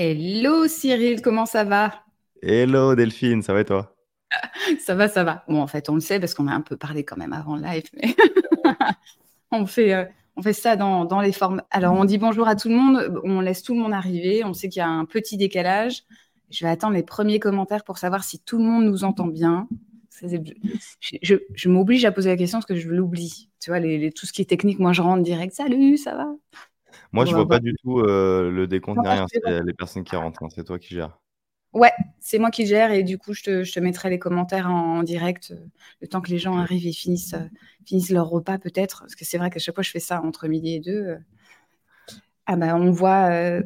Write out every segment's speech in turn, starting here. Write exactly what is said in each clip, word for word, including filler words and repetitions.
Hello Cyril, comment ça va? Hello Delphine, ça va et toi? Ça va, ça va. Bon, en fait, on le sait parce qu'on a un peu parlé quand même avant le live, mais on fait, euh, on fait ça dans, dans les formes. Alors, on dit bonjour à tout le monde, on laisse tout le monde arriver, on sait qu'il y a un petit décalage. Je vais attendre les premiers commentaires pour savoir si tout le monde nous entend bien. Ça, c'est- Yes. Je, je- je m'oblige à poser la question parce que je l'oublie. Tu vois, les, les- tout ce qui est technique, moi, je rentre direct. Salut, ça va? Moi, Bon, je bah, vois pas voilà. du tout euh, le décompte Non, ni non, je rien, plaisante. c'est les personnes qui rentrent, hein, c'est toi qui gères. Ouais, c'est moi qui gère et du coup, je te, je te mettrai les commentaires en, en direct euh, le temps que les gens Ok. arrivent et finissent, euh, finissent leur repas peut-être. Parce que c'est vrai qu'à chaque fois, je fais ça entre midi et deux. euh. Ah bah, on voit euh,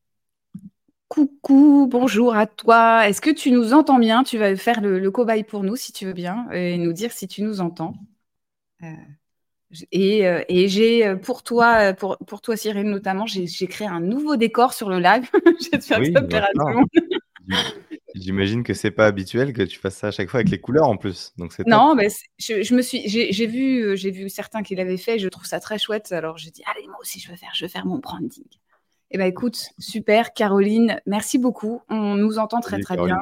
coucou, bonjour à toi. Est-ce que tu nous entends bien? Tu vas faire le, le cobaye pour nous si tu veux bien et nous dire si tu nous entends. Euh, et euh, et j'ai euh, pour toi, euh, pour, pour toi Cyril notamment, j'ai j'ai créé un nouveau décor sur le live. J'espère que Oui, ça bah plaira à tout ça. le monde. J'im- J'imagine que c'est pas habituel que tu fasses ça à chaque fois avec les couleurs en plus, donc c'est top. Non, mais c'est- je, je me suis, j'ai j'ai vu, euh, j'ai vu certains qui l'avaient fait. Je trouve ça très chouette. Alors j'ai dit, allez, moi aussi, je veux faire, je veux faire mon branding. Eh ben, écoute, super, Caroline, merci beaucoup. On nous entend très Salut très bien. Caroline.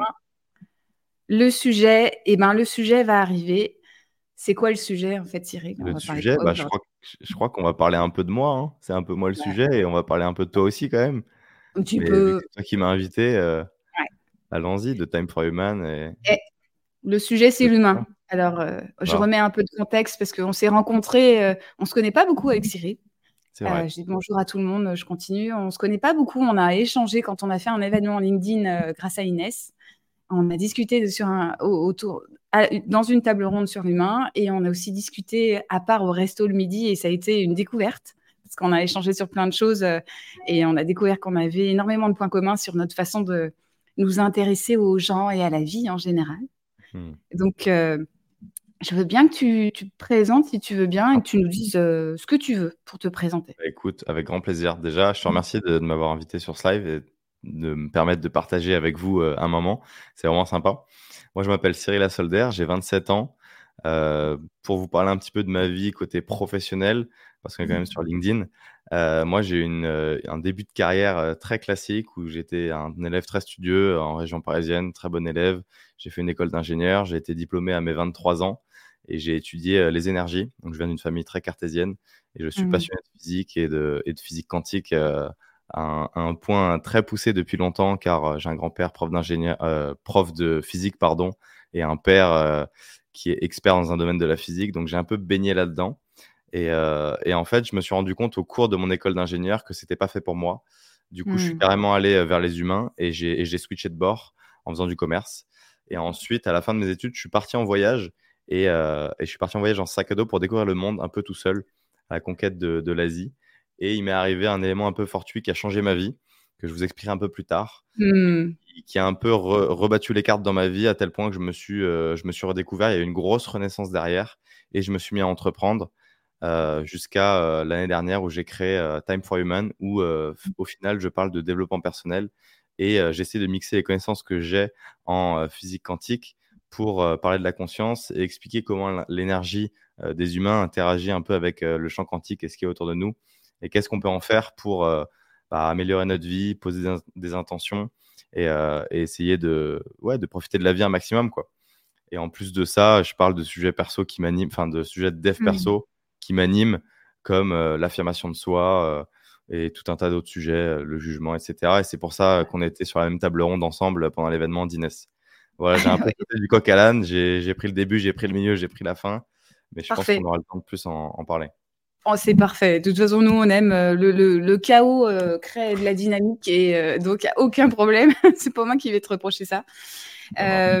Le sujet, eh ben, le sujet va arriver. C'est quoi le sujet en fait, Cyril? On Le va parler de sujet, quoi bah, je aujourd'hui? crois, que- je crois qu'on va parler un peu de moi, hein. C'est un peu moi le Ouais. sujet et on va parler un peu de toi aussi quand même. Un petit Mais vu que peu. c'est toi qui m'as invité, euh, Ouais. allons-y, de Time for Human et Eh, le sujet, c'est le l'humain. temps. Alors, euh, je Voilà, remets un peu de contexte parce qu'on s'est rencontrés. Euh, on se connaît pas beaucoup avec Cyril. c'est vrai. Euh, je dis bonjour à tout le monde, je continue. On ne se connaît pas beaucoup, on a échangé quand on a fait un événement LinkedIn euh, grâce à Inès. On a discuté de- sur un, au- autour, à- dans une table ronde sur l'humain et on a aussi discuté à part au resto le midi et ça a été une découverte parce qu'on a échangé sur plein de choses euh, et on a découvert qu'on avait énormément de points communs sur notre façon de nous intéresser aux gens et à la vie en général. Hmm. Donc, euh, je veux bien que tu, tu te présentes si tu veux bien et Ah, que tu nous dises euh, ce que tu veux pour te présenter. bah, écoute, avec grand plaisir. Déjà, je te remercie de, de m'avoir invité sur ce live et de me permettre de partager avec vous euh, un moment. C'est vraiment sympa. Moi, je m'appelle Cyril Assolder, j'ai vingt-sept ans. Euh, pour vous parler un petit peu de ma vie côté professionnel, parce qu'on est quand même sur LinkedIn, euh, moi, j'ai eu une, euh, un début de carrière euh, très classique où j'étais un élève très studieux en région parisienne, très bon élève. J'ai fait une école d'ingénieur, j'ai été diplômé à mes vingt-trois ans et j'ai étudié euh, les énergies. Donc, je viens d'une famille très cartésienne et je suis Mhm. passionné de physique et de, et de physique quantique euh, à, un, à un point très poussé depuis longtemps, car euh, j'ai un grand-père prof d'ingénieur, euh, prof de physique, pardon, et un père euh, qui est expert dans un domaine de la physique. Donc j'ai un peu baigné là-dedans. Et, euh, et en fait, je me suis rendu compte au cours de mon école d'ingénieur que c'était pas fait pour moi. Du coup, je suis Mhm. carrément allé euh, vers les humains et j'ai et j'ai switché de bord en faisant du commerce. Et ensuite, à la fin de mes études, je suis parti en voyage et, euh, et je suis parti en voyage en sac à dos pour découvrir le monde un peu tout seul à la conquête de, de l'Asie. Et il m'est arrivé un élément un peu fortuit qui a changé ma vie, que je vous expliquerai un peu plus tard, Hmm. qui qui a un peu re- rebattu les cartes dans ma vie à tel point que je me suis, euh, je me suis redécouvert. Il y a eu une grosse renaissance derrière et je me suis mis à entreprendre euh, jusqu'à euh, l'année dernière où j'ai créé euh, Time for Human, où euh, f- au final, je parle de développement personnel et euh, j'essaie de mixer les connaissances que j'ai en euh, physique quantique pour euh, parler de la conscience et expliquer comment l- l'énergie euh, des humains interagit un peu avec euh, le champ quantique et ce qui est autour de nous et qu'est-ce qu'on peut en faire pour euh, bah, améliorer notre vie, poser des, in- des intentions et, euh, et essayer de, ouais, de profiter de la vie un maximum, quoi. Et en plus de ça, je parle de sujets perso qui m'animent, enfin de sujets de dev Hmm. perso qui m'animent, comme euh, l'affirmation de soi euh, et tout un tas d'autres sujets, euh, le jugement, et cetera. Et c'est pour ça qu'on était sur la même table ronde ensemble pendant l'événement d'Inès. Voilà, j'ai un peu Ouais, sauté du coq à l'âne, j'ai j'ai pris le début, j'ai pris le milieu, j'ai pris la fin, mais je pense qu'on parfait. aura le temps de plus en, en parler. Oh, c'est parfait. De toute façon, nous, on aime euh, le, le- le chaos euh, crée de la dynamique et euh, donc, il n'y a aucun problème. C'est pas moi qui vais te reprocher ça. Ça marche. Euh,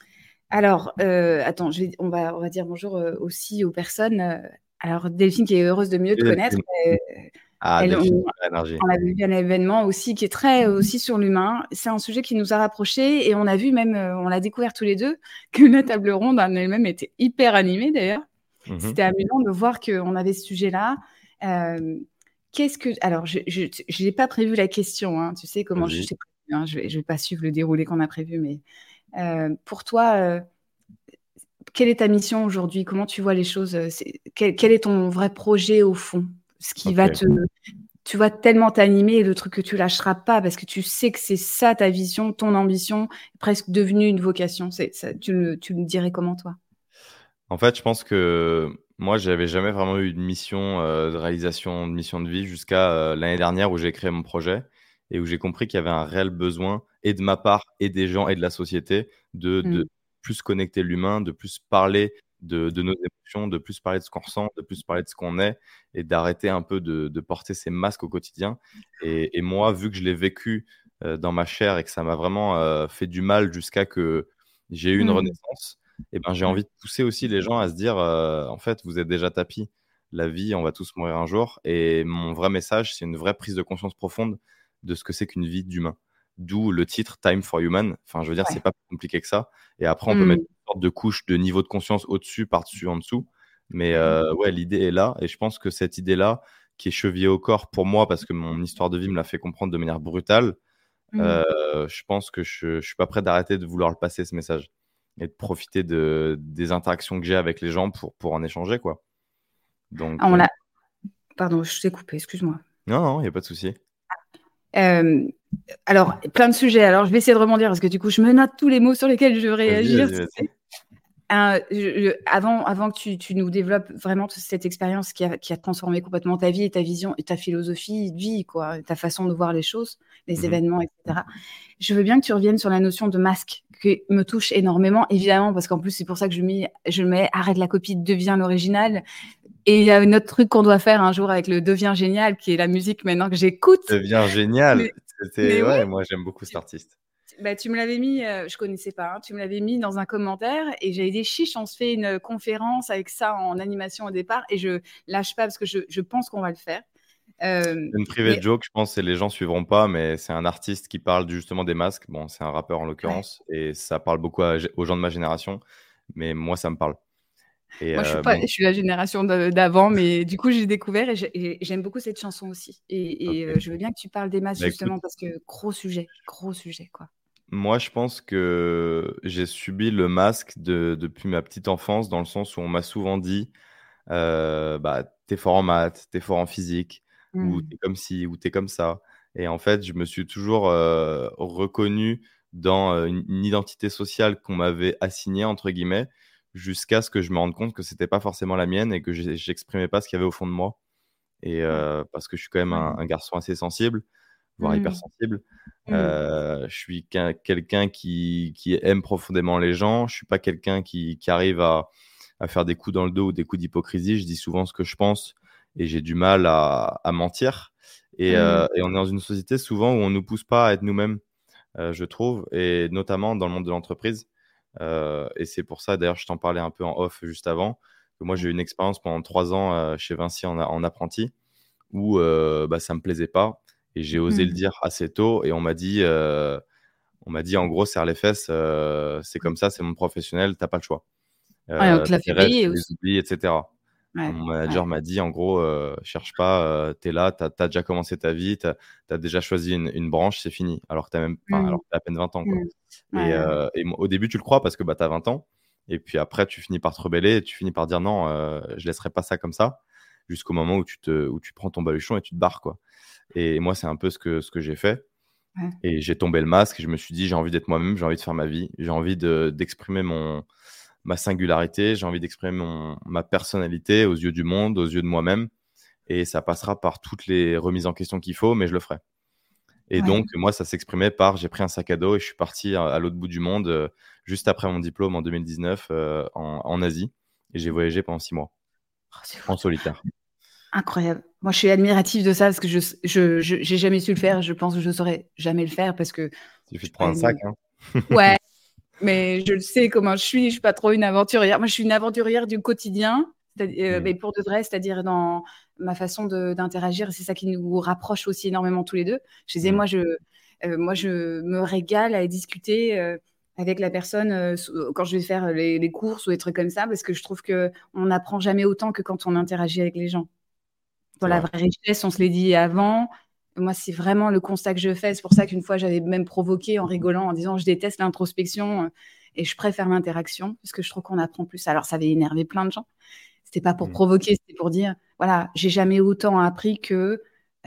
alors, euh, attends, je vais- on va, on va dire bonjour euh, aussi aux personnes. Euh, Alors, Delphine, qui est heureuse de mieux te Et connaître, Delphine. euh, Ah, elle, Delphine, on, super énergie. on avait vu un événement aussi qui est très euh, aussi sur l'humain. C'est un sujet qui nous a rapprochés et on a vu même, euh, on l'a découvert tous les deux, que la table ronde en elle-même était hyper animée d'ailleurs. Mhm. C'était amusant de voir qu'on avait ce sujet-là. Euh, qu'est-ce que... Alors, je n'ai pas prévu la question, hein. Tu sais comment je Vas-y. sais prévu, hein. Je ne vais, je vais pas suivre le déroulé qu'on a prévu, mais euh, pour toi, euh, quelle est ta mission aujourd'hui? Comment tu vois les choses? C'est- quel, quel est ton vrai projet au fond? Ce qui va Ok. te, tu vois tellement t'animer et le truc que tu lâcheras pas parce que tu sais que c'est ça ta vision, ton ambition, presque devenue une vocation. C'est, ça, tu, le, tu le dirais comment, toi? En fait, je pense que moi, j'avais jamais vraiment eu de mission euh, de réalisation, de mission de vie jusqu'à euh, l'année dernière où j'ai créé mon projet et où j'ai compris qu'il y avait un réel besoin, et de ma part, et des gens, et de la société, de, de Mm. plus connecter l'humain, de plus parler de, de nos émotions, de plus parler de ce qu'on ressent, de plus parler de ce qu'on est, et d'arrêter un peu de, de porter ces masques au quotidien. Et, et moi, vu que je l'ai vécu euh, dans ma chair et que ça m'a vraiment euh, fait du mal jusqu'à que j'ai eu une Mm. renaissance, eh ben, j'ai Ouais. envie de pousser aussi les gens à se dire, euh, en fait, vous êtes déjà tapis. La vie, on va tous mourir un jour. Et mon vrai message, c'est une vraie prise de conscience profonde de ce que c'est qu'une vie d'humain. D'où le titre Time for Human. Enfin, je veux dire, c'est Ouais. pas plus compliqué que ça. Et après, on peut mettre Mm. une sorte de couche de niveau de conscience au-dessus, par-dessus, en dessous. Mais Mhm. euh, ouais, l'idée est là. Et je pense que cette idée-là, qui est chevillée au corps pour moi, parce que mon histoire de vie me l'a fait comprendre de manière brutale, Mm. euh, je pense que je ne suis pas prêt d'arrêter de vouloir le passer, ce message, et de profiter de, des interactions que j'ai avec les gens pour, pour en échanger, quoi. Ah, Donc, on euh, l'a... Pardon, je t'ai coupé, excuse-moi. non, non, il n'y a pas de souci. Euh, alors, plein de sujets. Alors, je vais essayer de rebondir parce que du coup, je me note tous les mots sur lesquels je veux Vas-y, réagir. vas-y, Tu vas-y. sais. Euh, je- je- avant, avant que tu, tu nous développes vraiment toute cette expérience qui a, qui a transformé complètement ta vie et ta vision et ta philosophie de vie, quoi, ta façon de voir les choses, les Mhm. événements, et cetera. Je veux bien que tu reviennes sur la notion de masque qui me touche énormément, évidemment, parce qu'en plus, c'est pour ça que je mets, je mets arrête la copie, deviens l'original. Et il y a un autre truc qu'on doit faire un jour avec le deviens génial, qui est la musique maintenant que j'écoute. Devient Mais, génial. C'était, mais ouais, ouais, moi, j'aime beaucoup cet artiste. bah, tu me l'avais mis, euh, je connaissais pas, hein, tu me l'avais mis dans un commentaire et j'avais dit chiche, on se fait une conférence avec ça en animation au départ et je lâche pas parce que je, je pense qu'on va le faire. Euh, Une private mais joke, je pense que les gens suivront pas, mais c'est un artiste qui parle justement des masques. Bon, c'est un rappeur en ouais. l'occurrence, et ça parle beaucoup à- aux gens de ma génération, mais moi, ça me parle. Et Moi, je suis euh, pas, bon, je suis la génération de- d'avant, mais du coup, j'ai découvert et j'ai- et j'aime beaucoup cette chanson aussi. Et, et, euh, ok. je veux bien que tu parles des masses Bah, écoute, justement parce que gros sujet, gros sujet, quoi. moi, je pense que j'ai subi le masque de, depuis ma petite enfance, dans le sens où on m'a souvent dit, euh, bah, t'es fort en maths, t'es fort en physique, ou Mm. t'es comme ci, ou t'es comme ça. Et en fait, je me suis toujours euh, reconnu dans euh, une, une identité sociale qu'on m'avait assignée, entre guillemets, jusqu'à ce que je me rende compte que c'était pas forcément la mienne et que j'ai- j'exprimais pas ce qu'il y avait au fond de moi. Et Ouais. euh, parce que je suis quand même un, un garçon assez sensible, voire Mm. hypersensible. Mm. Euh, je suis qu'un- quelqu'un qui, qui aime profondément les gens. Je suis pas quelqu'un qui, qui arrive à, à faire des coups dans le dos ou des coups d'hypocrisie. Je dis souvent ce que je pense et j'ai du mal à, à mentir. Et, Mm. euh, et on est dans une société souvent où on nous pousse pas à être nous-mêmes, euh, je trouve, et notamment dans le monde de l'entreprise. Euh, et c'est pour ça, d'ailleurs, je t'en parlais un peu en off juste avant, que moi j'ai eu une expérience pendant trois ans euh, chez Vinci en, en apprenti où euh, bah, ça me plaisait pas et j'ai osé le Mm. dire assez tôt et on m'a dit, euh, on m'a dit en gros, serre les fesses, euh, c'est comme ça, c'est mon professionnel, t'as pas le choix. Ouais, on Euh, te l'a tes fait rêves, payer tu les aussi. oublies, et cetera. Ouais, Mon ouais. manager m'a dit en gros, euh, cherche pas, euh, t'es là, t'as as déjà commencé ta vie, t'as as déjà choisi une, une branche, c'est fini. Alors que t'as même, enfin, Mm. alors que t'as à peine vingt ans, quoi. Mm. Et, Ouais, ouais, ouais. euh, et moi, au début, tu le crois parce que bah, t'as vingt ans. Et puis après, tu finis par te rebeller et tu finis par dire non, euh, je laisserai pas ça comme ça, jusqu'au moment où tu, te, où tu prends ton baluchon et tu te barres, quoi. Et moi, c'est un peu ce que, ce que j'ai fait. Ouais. Et j'ai tombé le masque et je me suis dit, j'ai envie d'être moi-même, j'ai envie de faire ma vie, j'ai envie de, d'exprimer mon, ma singularité, j'ai envie d'exprimer mon, ma personnalité aux yeux du monde, aux yeux de moi-même. Et ça passera par toutes les remises en question qu'il faut, mais je le ferai. Et Ouais. donc, moi, ça s'exprimait par j'ai pris un sac à dos et je suis parti à, à l'autre bout du monde, euh, juste après mon diplôme en deux mille dix-neuf, euh, en, en Asie. Et j'ai voyagé pendant six mois, Oh, c'est fou. en solitaire. Incroyable. Moi, je suis admirative de ça parce que je, je, je- j'ai jamais su le faire. Je pense que je saurais jamais le faire parce que Il suffit je de suis pas prendre un sac, une. hein. Ouais, mais je le sais comment je suis. Je suis pas trop une aventurière. Moi, je suis une aventurière du quotidien, c'est-à-dire- euh, Mm, mais pour de vrai, c'est-à-dire dans ma façon de- d'interagir. C'est ça qui nous rapproche aussi énormément tous les deux. Je disais, mm. moi, je, euh, moi, je me régale à discuter euh, avec la personne euh, sou- quand je vais faire les, les courses ou des trucs comme ça, parce que je trouve que on n'apprend jamais autant que quand on interagit avec les gens. Dans C'est la vrai. vraie richesse, on se l'est dit avant. Moi, c'est vraiment le constat que je fais. C'est pour ça qu'une fois, j'avais même provoqué en rigolant, en disant je déteste l'introspection euh, et je préfère l'interaction parce que je trouve qu'on apprend plus. Alors, ça avait énervé plein de gens. C'était pas pour Mm. provoquer, c'était pour dire voilà, j'ai jamais autant appris que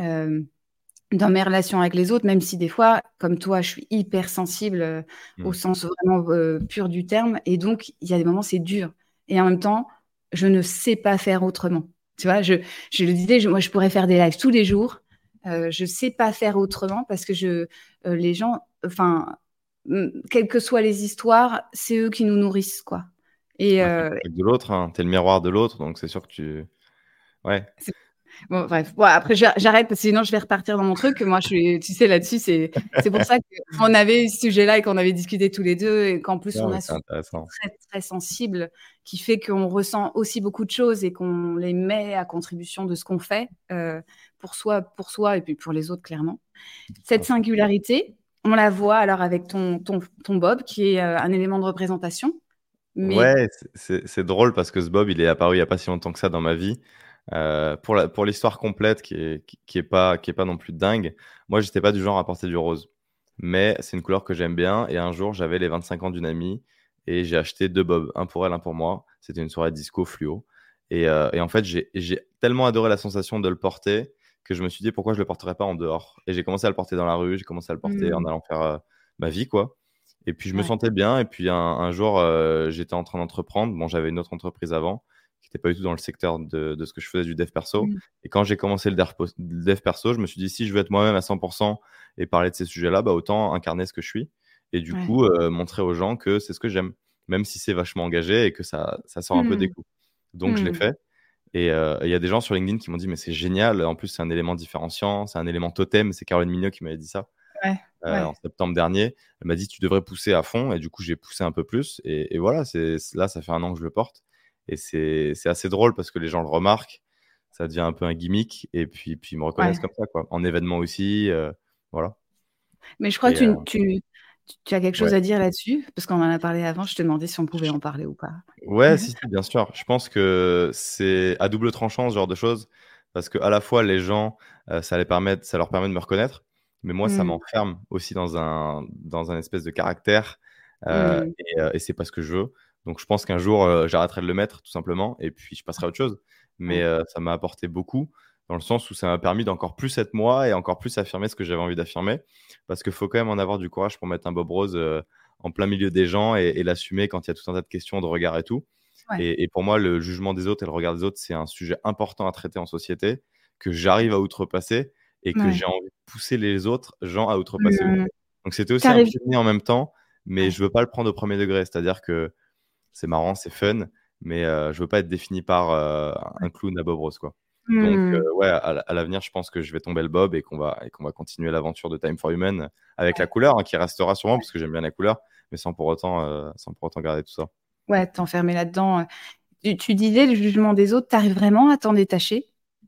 euh, dans mes relations avec les autres, même si des fois, comme toi, je suis hyper sensible euh, au Mm. sens vraiment euh, pur du terme. Et donc, il y a des moments, c'est dur. Et en même temps, je ne sais pas faire autrement. Tu vois, je, je le disais, je- moi, je pourrais faire des lives tous les jours. Euh, je ne sais pas faire autrement parce que je, euh, les gens, enfin, mm, quelles que soient les histoires, c'est eux qui nous nourrissent, quoi. Et Bah, t'es euh, le truc de l'autre, hein. T'es le miroir de l'autre, donc c'est sûr que tu. Ouais. bon, bref. Bon, après, je- j'arrête parce que sinon, je vais repartir dans mon truc. Moi, je suis, tu sais, là-dessus, c'est, c'est pour ça qu'on avait ce sujet-là et qu'on avait discuté tous les deux et qu'en plus, Non, on mais a c'est souvent été intéressant. très, très sensible, qui fait qu'on ressent aussi beaucoup de choses et qu'on les met à contribution de ce qu'on fait euh, pour soi, pour soi et puis pour les autres, clairement. Cette singularité, on la voit alors avec ton, ton, ton Bob, qui est euh, un élément de représentation, mais Ouais, c'est c'est- c'est drôle parce que ce Bob, il est apparu il n'y a pas si longtemps que ça dans ma vie. Euh, pour la, pour l'histoire complète, qui est, qui, qui est pas, qui est pas non plus dingue, moi, j'étais pas du genre à porter du rose. Mais c'est une couleur que j'aime bien. Et un jour, j'avais les vingt-cinq ans d'une amie et j'ai acheté deux Bobs, un pour elle, un pour moi. C'était une soirée disco fluo. Et, euh, et en fait, j'ai j'ai tellement adoré la sensation de le porter que je me suis dit pourquoi je le porterais pas en dehors. Et j'ai commencé à le porter dans la rue, j'ai commencé à le porter en hmm, allant faire euh, ma vie, quoi. Et puis je me ouais. sentais bien. Et puis un, un jour, euh, j'étais en train d'entreprendre. Bon, j'avais une autre entreprise avant qui n'était pas du tout dans le secteur de, de ce que je faisais du dev perso. Hmm, Et quand j'ai commencé le dev, pos- le dev perso, je me suis dit si je veux être moi-même à cent pour cent et parler de ces sujets-là, bah, autant incarner ce que je suis. Et du ouais. coup, euh, montrer aux gens que c'est ce que j'aime, même si c'est vachement engagé et que ça, ça sort un peu des Hmm, coups. Donc je l'ai hmm, fait. Et euh, il y a des gens sur LinkedIn qui m'ont dit mais c'est génial. En plus, c'est un élément différenciant, c'est un élément totem. C'est Caroline Mignot qui m'avait dit ça ouais. euh, Ouais. en septembre dernier. Elle m'a dit tu devrais pousser à fond et du coup j'ai poussé un peu plus et, et voilà, c'est là ça fait un an que je le porte et c'est c'est assez drôle parce que les gens le remarquent, ça devient un peu un gimmick et puis puis ils me reconnaissent Ouais. comme ça quoi, en événement aussi, euh, voilà. Mais je crois que Et euh, tu, tu, tu as quelque chose ouais. à dire là-dessus, parce qu'on en a parlé avant. Je te demandais si on pouvait en parler ou pas. Ouais, si, si, bien sûr. Je pense que c'est à double tranchant ce genre de choses, parce que à la fois les gens, euh, ça les permet, ça leur permet de me reconnaître, mais moi, ça Hmm, m'enferme aussi dans un, dans un espèce de caractère, euh, hmm, et, euh, et c'est pas ce que je veux. Donc, je pense qu'un jour, euh, j'arrêterai de le mettre, tout simplement, et puis je passerai à autre chose. Mais ouais, euh, ça m'a apporté beaucoup, dans le sens où ça m'a permis d'encore plus être moi et encore plus affirmer ce que j'avais envie d'affirmer, parce qu'il faut quand même en avoir du courage pour mettre un Bob Rose. euh, en plein milieu des gens et, et l'assumer quand il y a tout un tas de questions, de regards et tout. ouais. Et, et pour moi, le jugement des autres et le regard des autres, c'est un sujet important à traiter en société que j'arrive à outrepasser et que Ouais. j'ai envie de pousser les autres gens à outrepasser aussi. Hmm, Donc c'était aussi un T'arrives. pied de nez en même temps, mais Ouais. je veux pas le prendre au premier degré. C'est-à-dire que c'est marrant, c'est fun, mais euh, je veux pas être défini par euh, un clown à Bob Ross, quoi. Donc euh, Hmm, ouais, à, à l'avenir, je pense que je vais tomber le Bob et qu'on va, et qu'on va continuer l'aventure de Time for Human avec la ouais. couleur hein, qui restera sûrement parce que j'aime bien la couleur, mais sans pour autant, euh, sans pour autant garder tout ça. Ouais, t'enfermer là-dedans. Tu, tu disais le jugement des autres, t'arrives vraiment à t'en détacher?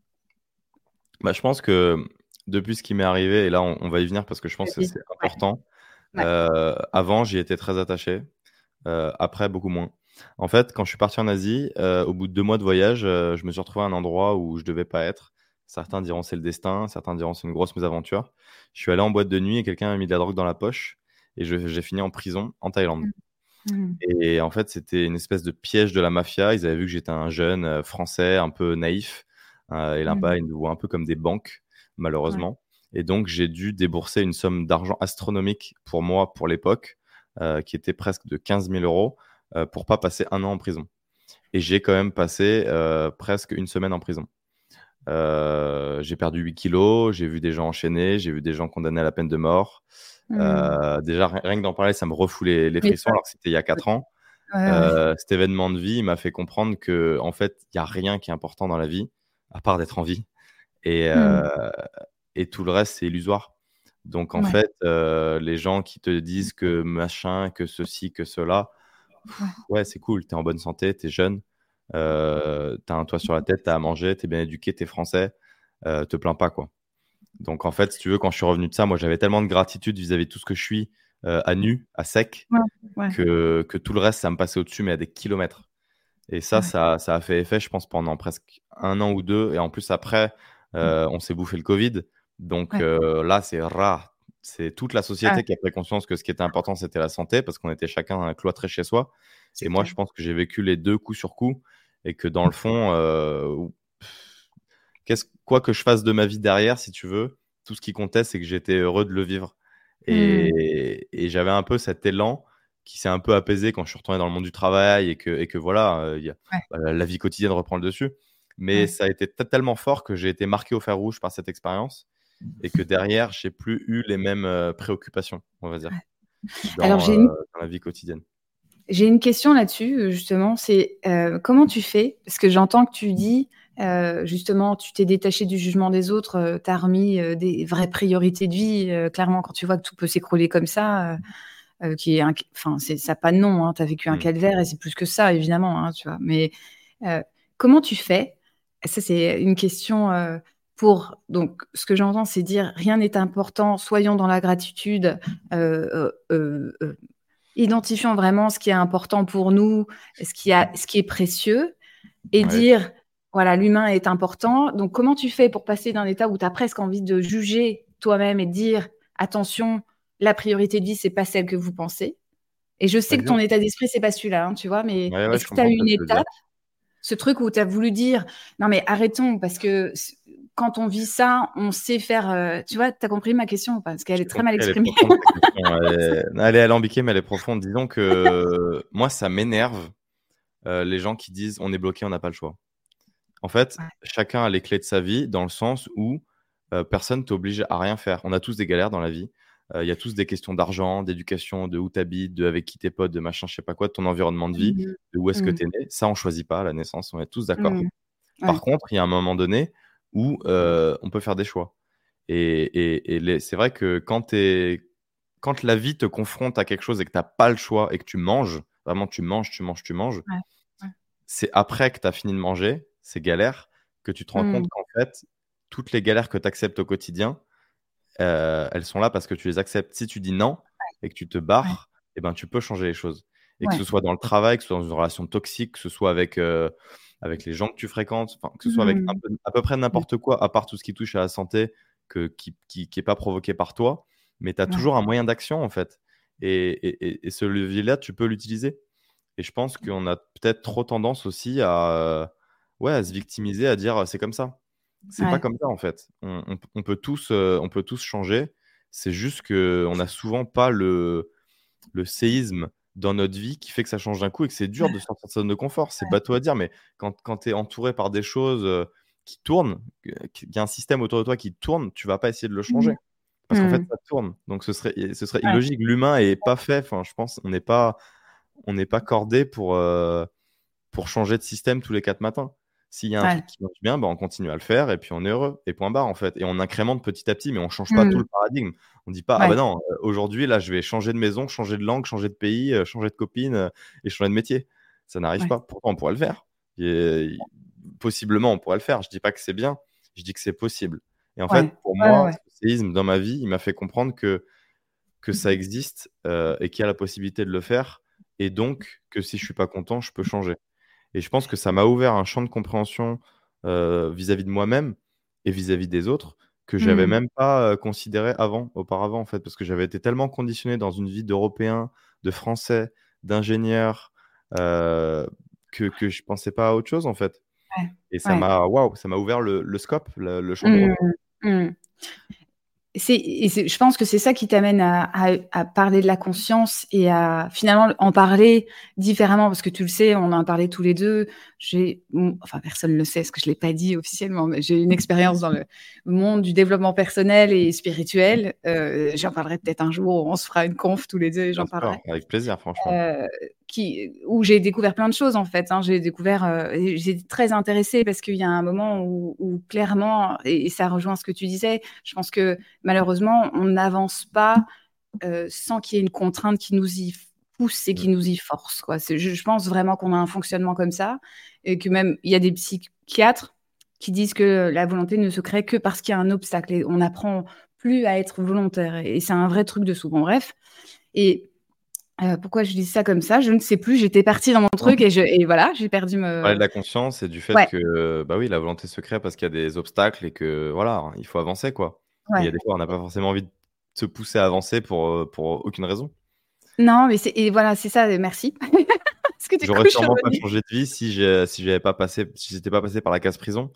Bah, je pense que depuis ce qui m'est arrivé, et là on, on va y venir parce que je pense que Vas-y. c'est Ouais. important, Ouais. euh, avant j'y étais très attaché, euh, après beaucoup moins. En fait, quand je suis parti en Asie, euh, au bout de deux mois de voyage, euh, je me suis retrouvé à un endroit où je devais pas être. Certains diront c'est le destin, certains diront c'est une grosse mésaventure. Je suis allé en boîte de nuit et quelqu'un m'a mis de la drogue dans la poche et je- j'ai fini en prison en Thaïlande. Hmm, hmm, Et en fait, c'était une espèce de piège de la mafia. Ils avaient vu que j'étais un jeune euh, français un peu naïf. Euh, et hmm, là-bas, ils nous voient un peu comme des banques, ouais. malheureusement. Et donc, j'ai dû débourser une somme d'argent astronomique pour moi, pour l'époque, euh, qui était presque de quinze mille euros, euh, pour pas passer un an en prison. Et j'ai quand même passé euh, presque une semaine en prison. Euh, j'ai perdu huit kilos, j'ai vu des gens enchaînés, j'ai vu des gens condamnés à la peine de mort. Hmm. Euh, déjà, rien que d'en parler, ça me refoule les, les Mais frissons, ça- alors que c'était il y a quatre ans. ouais, ouais. Euh, cet événement de vie il m'a fait comprendre que en fait, il y a rien qui est important dans la vie à part d'être en vie et, Hmm, euh, et tout le reste c'est illusoire. Donc en ouais, fait, euh, les gens qui te disent que machin, que ceci, que cela, pff, ouais. ouais, c'est cool, t'es en bonne santé, t'es jeune, euh, t'as un toit sur la tête, t'as à manger, t'es bien éduqué, t'es français, euh, te plains pas quoi. Donc en fait, si tu veux, quand je suis revenu de ça, moi j'avais tellement de gratitude vis-à-vis de tout ce que je suis euh, à nu, à sec, Ouais, ouais, que, que tout le reste, ça me passait au-dessus, mais à des kilomètres. Et ça, ouais. ça, ça a fait effet, je pense, pendant presque un an ou deux. Et en plus, après, Hmm, euh, on s'est bouffé le Covid. Donc ouais. euh, là, c'est rare. C'est toute la Ah, société qui a pris conscience que ce qui était important, c'était la santé, parce qu'on était chacun cloîtré chez soi. Et c'est moi, clair. je pense que j'ai vécu les deux coup sur coup. Et que dans le fond, euh, qu'est-ce, quoi que je fasse de ma vie derrière, si tu veux, tout ce qui comptait, c'est que j'étais heureux de le vivre. Mmh. Et, et j'avais un peu cet élan qui s'est un peu apaisé quand je suis retourné dans le monde du travail et que, et que voilà, euh, y a, Ouais, bah, la vie quotidienne reprend le dessus. Mais ouais. ça a été t- tellement fort que j'ai été marqué au fer rouge par cette expérience et que derrière, j'ai plus eu les mêmes euh, préoccupations, on va dire, Alors dans, j'ai euh, une dans la vie quotidienne. j'ai une question là-dessus, euh, justement, c'est euh, comment tu fais? Parce que j'entends que tu dis, euh, justement, tu t'es détaché du jugement des autres, tu as remis euh, des vraies priorités de vie. Euh, clairement, quand tu vois que tout peut s'écrouler comme ça, euh, euh, qui est un, enfin, c'est, ça n'a pas de nom, hein, tu as vécu un Mm. calvaire et c'est plus que ça, évidemment, hein, tu vois. Mais euh, comment tu fais? Ça, c'est une question euh, pour. Donc, ce que j'entends, c'est dire rien n'est important, soyons dans la gratitude. Euh, euh, euh, euh, Identifions vraiment ce qui est important pour nous, ce qui, a, ce qui est précieux, et Ouais. dire, voilà, l'humain est important. Donc, comment tu fais pour passer d'un état où tu as presque envie de juger toi-même et de dire, attention, la priorité de vie, c'est pas celle que vous pensez. Et je sais Bah, que ton disons, état d'esprit, c'est pas celui-là, hein, tu vois, mais ouais, ouais, est-ce je que tu as comprends eu ce que une tu veux dire. étape, ce truc où tu as voulu dire, non, mais arrêtons, parce que quand on vit ça, on sait faire. Euh, tu vois, tu as compris ma question ou pas? Parce qu'elle J'ai est très mal compris, elle est exprimée. profonde, ta question. Elle est, elle est alambiquée, mais elle est profonde. Disons que moi, ça m'énerve, euh, les gens qui disent on est bloqué, on n'a pas le choix. En fait, Ouais. chacun a les clés de sa vie dans le sens où euh, personne t'oblige à rien faire. On a tous des galères dans la vie. Euh, Il y a tous des questions d'argent, d'éducation, de où tu habites, de avec qui t'es potes, de machin, je sais pas quoi, de ton environnement de vie, Mhm. de où est-ce que Mhm. tu es né. Ça, on choisit pas à la naissance, on est tous d'accord. Mhm. Par Ouais. contre, il y a un moment donné où euh, on peut faire des choix. Et, et- et les- c'est vrai que quand, t'es- quand la vie te confronte à quelque chose et que tu n'as pas le choix et que tu manges, vraiment tu manges, tu manges, tu manges, Ouais. Ouais. c'est après que tu as fini de manger, ces galères, que tu te rends compte Mhm. qu'en fait, toutes les galères que tu acceptes au quotidien, euh, elles sont là parce que tu les acceptes. Si tu dis non et que tu te Ouais. barres, eh ben, tu peux changer les choses. Et que ce Ouais. soit dans le travail, que ce soit dans une relation toxique, que ce soit avec, euh, avec les gens que tu fréquentes, enfin, que ce soit avec un Mhm. peu- à peu près n'importe quoi, à part tout ce qui touche à la santé, que, qui qui qui est pas provoqué par toi, mais tu as Ouais. toujours un moyen d'action en fait. Et, et, et- et ce levier-là, tu peux l'utiliser. Et je pense qu'on a peut-être trop tendance aussi à, euh, ouais, à se victimiser, à dire c'est comme ça. C'est pas Ouais. comme ça en fait. On, on- on peut tous, euh, on peut tous changer. C'est juste qu'on n'a souvent pas le, le séisme dans notre vie qui fait que ça change d'un coup et que c'est dur de sortir de sa zone de confort. C'est bateau à dire, mais quand, quand tu es entouré par des choses euh, qui tournent, euh, qu'il y a un système autour de toi qui tourne, tu vas pas essayer de le Mhm. changer. Parce qu'en fait, Mhm. ça tourne. Donc ce serait, ce serait Ouais. illogique. L'humain est pas fait. Enfin, je pense, on n'est pas, on n'est pas cordé pour, euh, pour changer de système tous les quatre matins. S'il y a un Ouais. truc qui marche bien, bah, on continue à le faire et puis on est heureux. Et point barre, en fait. Et on incrémente petit à petit, mais on ne change pas tout Mhm. le paradigme. On ne dit pas, ah bah Ouais. non, euh, aujourd'hui, là, je vais changer de maison, changer de langue, changer de pays, euh, changer de copine euh, et changer de métier. Ça n'arrive Ouais. pas. Pourtant, on pourrait le faire. Et, possiblement, on pourrait le faire. Je ne dis pas que c'est bien, je dis que c'est possible. Et en Ouais. fait, pour Ouais. moi, Ouais. ce séisme dans ma vie, il m'a fait comprendre que, que ça existe euh, et qu'il y a la possibilité de le faire. Et donc, que si je suis pas content, je peux changer. Et je pense que ça m'a ouvert un champ de compréhension euh, vis-à-vis de moi-même et vis-à-vis des autres que j'avais Mhm. même pas euh, considéré avant, auparavant, en fait, parce que j'avais été tellement conditionné dans une vie d'Européen, de Français, d'ingénieur, euh, que, que je pensais pas à autre chose, en fait. Ouais. Et ça Ouais. m'a, waouh, ça m'a ouvert le, le scope, le, le champ Mhm. d'horizon. Mhm. C'est, et c'est- je pense que c'est ça qui t'amène à, à- à parler de la conscience et à finalement en parler différemment, parce que tu le sais, on en a parlé tous les deux. J'ai, bon, enfin, personne ne le sait, parce que je l'ai pas dit officiellement, mais j'ai une expérience dans le monde du développement personnel et spirituel. Euh, j'en parlerai peut-être un jour, on se fera une conf tous les deux et Bien j'en sûr, parlerai. avec plaisir, franchement. euh, qui, où j'ai découvert plein de choses en fait. Hein. J'ai découvert, euh, et j'étais très intéressée parce qu'il y a un moment où, où clairement, et, et ça rejoint ce que tu disais, je pense que malheureusement, on n'avance pas euh, sans qu'il y ait une contrainte qui nous y pousse et Mm. qui nous y force. Quoi. C'est, je, je pense vraiment qu'on a un fonctionnement comme ça et que même il y a des psychiatres qui disent que la volonté ne se crée que parce qu'il y a un obstacle et on n'apprend plus à être volontaire. Et, et c'est un vrai truc de sous. Bon, bref. Et euh, pourquoi je dis ça comme ça? Je ne sais plus. J'étais partie dans mon truc et, je, et voilà, j'ai perdu Parler me. de la conscience et du fait Ouais, que, bah oui, la volonté se crée parce qu'il y a des obstacles et que, voilà, il faut avancer, quoi. Mais il y a ouais. des fois, on n'a pas forcément envie de se pousser à avancer pour, euh, pour aucune raison. Non, mais c'est et voilà, c'est ça. Merci. Parce que du coup, J'aurais je suis sûrement pas revenue. changé de vie si j'ai, si j'avais pas passé, si j'étais pas passé par la case prison.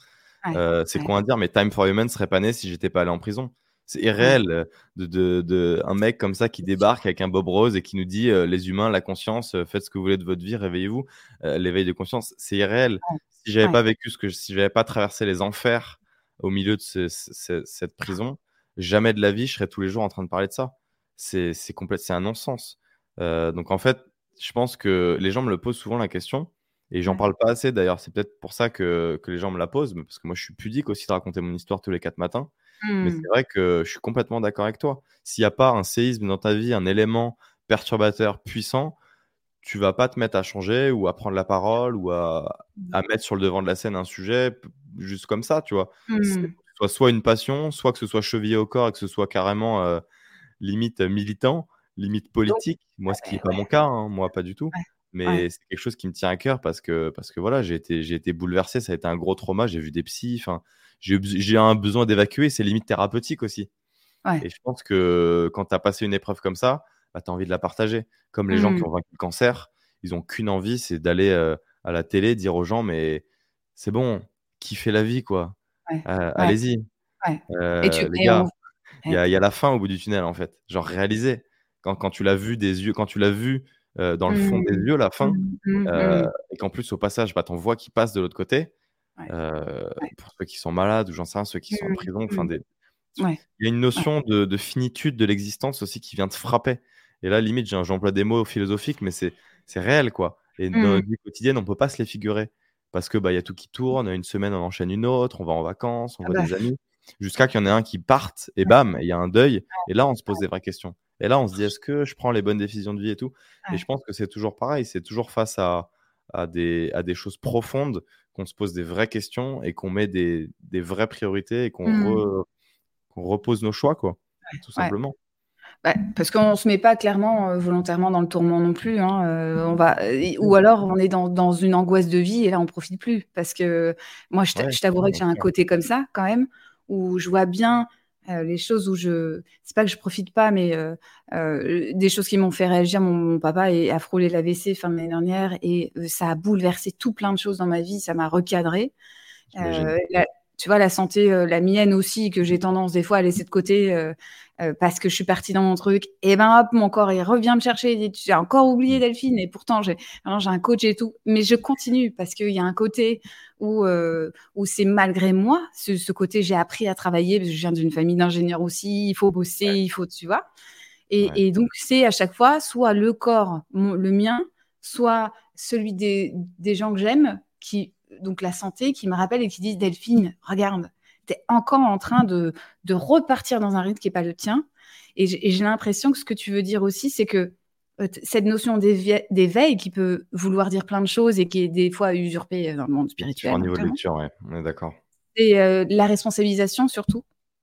Ouais, Euh, c'est ouais, con à dire, mais Time for Human serait pas né si j'étais pas allé en prison. C'est ouais, irréel euh, de, de, de- un mec comme ça qui c'est sûr. débarque avec un bob rose et qui nous dit euh, les humains, la conscience, euh, faites ce que vous voulez de votre vie, réveillez-vous. Euh, l'éveil de conscience, c'est irréel. Ouais, Si j'avais ouais, pas vécu ce que je- si j'avais pas traversé les enfers au milieu de ce- ce- ce- cette prison, jamais de la vie je serais tous les jours en train de parler de ça. C'est c'est complète, c'est un non-sens. Euh, donc en fait, je pense que les gens me le posent souvent la question. Et j'en ouais. parle pas assez d'ailleurs, c'est peut-être pour ça que, que les gens me la posent, mais parce que moi je suis pudique aussi de raconter mon histoire tous les quatre matins. Mais c'est Mmh. vrai que je suis complètement d'accord avec toi. S'il n'y a pas un séisme dans ta vie, un élément perturbateur puissant, tu vas pas te mettre à changer ou à prendre la parole ou à, Mmh. à mettre sur le devant de la scène un sujet p- juste comme ça, tu vois. C'est Mmh. que ce soit soit une passion, soit que ce soit chevillé au corps et que ce soit carrément euh, limite euh, militant, limite Donc politique. Moi, ce qui n'est ouais, pas ouais, mon cas, hein, moi, pas du tout. ouais, ouais. Mais c'est quelque chose qui me tient à cœur parce que, parce que voilà, j'ai été, j'ai été bouleversé, ça a été un gros trauma, j'ai vu des psys, enfin, j'ai, eu bes- j'ai un besoin d'évacuer, c'est limite thérapeutique aussi. Ouais. Et je pense que quand tu as passé une épreuve comme ça, bah, tu as envie de la partager. Comme les gens qui Mmh. ont vaincu le cancer, ils ont qu'une envie, c'est d'aller euh, à la télé, dire aux gens, mais c'est bon, kiffez la vie, quoi. Ouais, Euh, ouais, allez-y, ouais. Et tu Euh, les et on gars. Il y ouais. a, il y a la fin au bout du tunnel, en fait. Genre, réaliser. Quand, quand tu l'as vu des yeux, quand tu l'as vu euh, dans le fond des Mmh. yeux, la fin, Mmh. Mmh. euh, Mmh. et qu'en plus, au passage, bah, t'en vois qui passent de l'autre côté, Ouais, euh, ouais. pour ceux qui sont malades ou j'en sais rien, ceux qui sont en Mmh. prison, enfin, Mmh. des... Ouais, il y a une ouais. notion de, de finitude de l'existence aussi qui vient te frapper. Et là, limite, j'ai- j'emploie des mots philosophiques, mais c'est c'est réel, quoi. Et dans Mmh. notre vie quotidienne, on peut pas se les figurer. Parce que bah, il y a tout qui tourne, une semaine, on enchaîne une autre, on va en vacances, on Ah voit bah, des amis, jusqu'à qu'il y en ait un qui parte, et bam, il y a un deuil. Et là, on se pose des vraies questions. Et là, on se dit, est-ce que je prends les bonnes décisions de vie et tout? Et je ouais. pense que c'est toujours pareil, c'est toujours face à, à des, à des choses profondes qu'on se pose des vraies questions et qu'on met des, des vraies priorités et qu'on Mmh. re- qu'on repose nos choix, quoi, tout Ouais. simplement. Bah, parce qu'on se met pas clairement, heu, volontairement dans le tourment non plus, hein, heu, on va et ou alors on est dans dans une angoisse de vie et là on profite plus. Parce que moi je t'a Ouais, je t'avouerai que bien j'ai un sûr. côté comme ça quand même, où je vois bien, heu, les choses où je c'est pas que je profite pas, mais heu heu, des choses qui m'ont fait réagir. Mon mon papa est a frôlé l'A V C fin de l'année dernière et heu, ça a bouleversé tout plein de choses dans ma vie, ça m'a recadrée. J'imagine. Heu, la tu vois, la santé, heu, la mienne aussi, que j'ai tendance des fois à laisser de côté, heu heu, parce que je suis partie dans mon truc et ben, hop, mon corps, il revient me chercher, il dit: «Tu as encore oublié Mmh. Delphine» et pourtant j'ai maintenant j'ai un coach et tout, mais je continue parce qu'il y a un côté où, heu, où c'est malgré moi, ce ce côté j'ai appris à travailler parce que je viens d'une famille d'ingénieurs aussi, il faut bosser, Ouais, il faut tu vois? ouais. Et et donc c'est à chaque fois soit le corps, mon le mien, soit celui des des gens que j'aime qui donc la santé qui me rappelle et qui disent: «Delphine, regarde, tu es encore en train de de repartir dans un rythme qui est pas le tien» et j'ai et j'ai l'impression que ce que tu veux dire aussi, c'est que, heu, t cette notion d'évie d'éveil qui peut vouloir dire plein de choses et qui est des fois usurpée, heu, dans le monde Il y a spirituel, différents hein, niveaux de clairement. lecture, ouais, on est d'accord. Et heu, la responsabilisation surtout.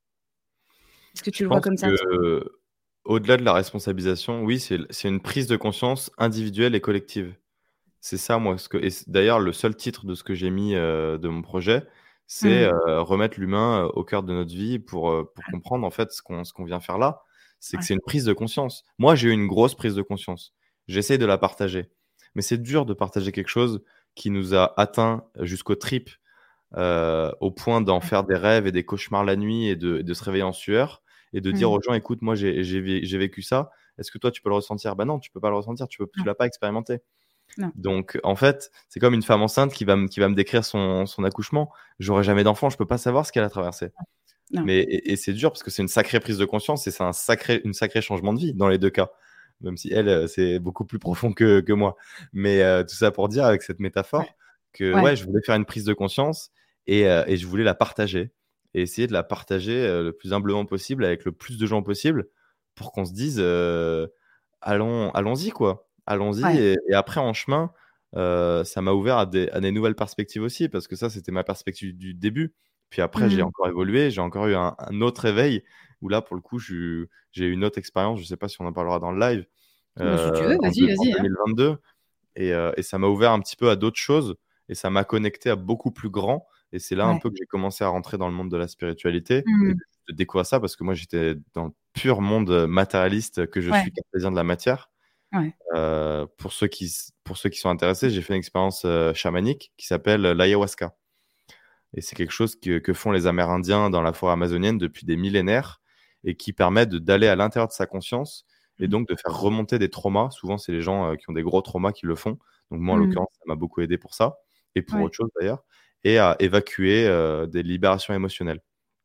Est-ce que Je tu le vois pense comme ça toi? que au-delà de la responsabilisation, oui, c'est c'est une prise de conscience individuelle et collective. C'est ça, moi, ce que et c d'ailleurs, le seul titre de ce que j'ai mis, heu, de mon projet, c'est, Mmh. heu, remettre l'humain, heu, au cœur de notre vie pour, heu, pour comprendre, en fait, ce qu'on ce qu'on vient faire là. C'est que Ouais. c'est une prise de conscience. Moi, j'ai eu une grosse prise de conscience. J'essaye de la partager. Mais c'est dur de partager quelque chose qui nous a atteints jusqu'aux tripes, heu, au point d'en Ouais. faire des rêves et des cauchemars la nuit et de et de se réveiller en sueur et de dire Mmh. aux gens: «Écoute, moi, j'ai j'ai vé j'ai vécu ça. Est-ce que toi, tu peux le ressentir?» Bah non, tu peux pas le ressentir, tu peux tu Non, l'as pas expérimenté. non, Donc, en fait, c'est comme une femme enceinte qui va me qui va me décrire son son accouchement. J'aurai jamais d'enfant, je peux pas savoir ce qu'elle a traversé. non. Mais et et c'est dur parce que c'est une sacrée prise de conscience et c'est un sacré une sacré changement de vie dans les deux cas. Même si elle, heu, c'est beaucoup plus profond que que moi. Mais, heu, tout ça pour dire avec cette Ouais, métaphore que, ouais. ouais, je voulais faire une prise de conscience et heu et je voulais la partager et essayer de la partager, heu, le plus humblement possible avec le plus de gens possible pour qu'on se dise, heu: «Allons allons-y quoi, allons-y» Ouais. et et après en chemin, heu, ça m'a ouvert à des à des nouvelles perspectives aussi parce que ça, c'était ma perspective du début. Puis après, j'ai Mmh. encore évolué, j'ai encore eu un un autre éveil où là, pour le coup, je j'ai eu une autre expérience, je sais pas si on en parlera dans le live, Bah, si tu heu, veux, en vas-y, deux en vas-y, deux hein. mille vingt-deux et heu et ça m'a ouvert un petit peu à d'autres choses et ça m'a connecté à beaucoup plus grand et c'est là un Ouais. peu que j'ai commencé à rentrer dans le monde de la spiritualité et Mmh. que je découvre ça parce que moi, j'étais dans le pur monde, heu, matérialiste que je Ouais, suis, cartésien de la matière. ouais. Heu, pour ceux qui s pour ceux qui sont intéressés, j'ai fait une expérience, heu, chamanique qui s'appelle, heu, l'ayahuasca. Et c'est quelque chose que, que font les Amérindiens dans la forêt amazonienne depuis des millénaires et qui permet de, d'aller à l'intérieur de sa conscience et donc de faire remonter des traumas. Souvent, c'est les gens euh, qui ont des gros traumas qui le font. Donc moi, en Mm. l'occurrence, ça m'a beaucoup aidé pour ça et pour Ouais. autre chose d'ailleurs, et à évacuer euh, des libérations émotionnelles.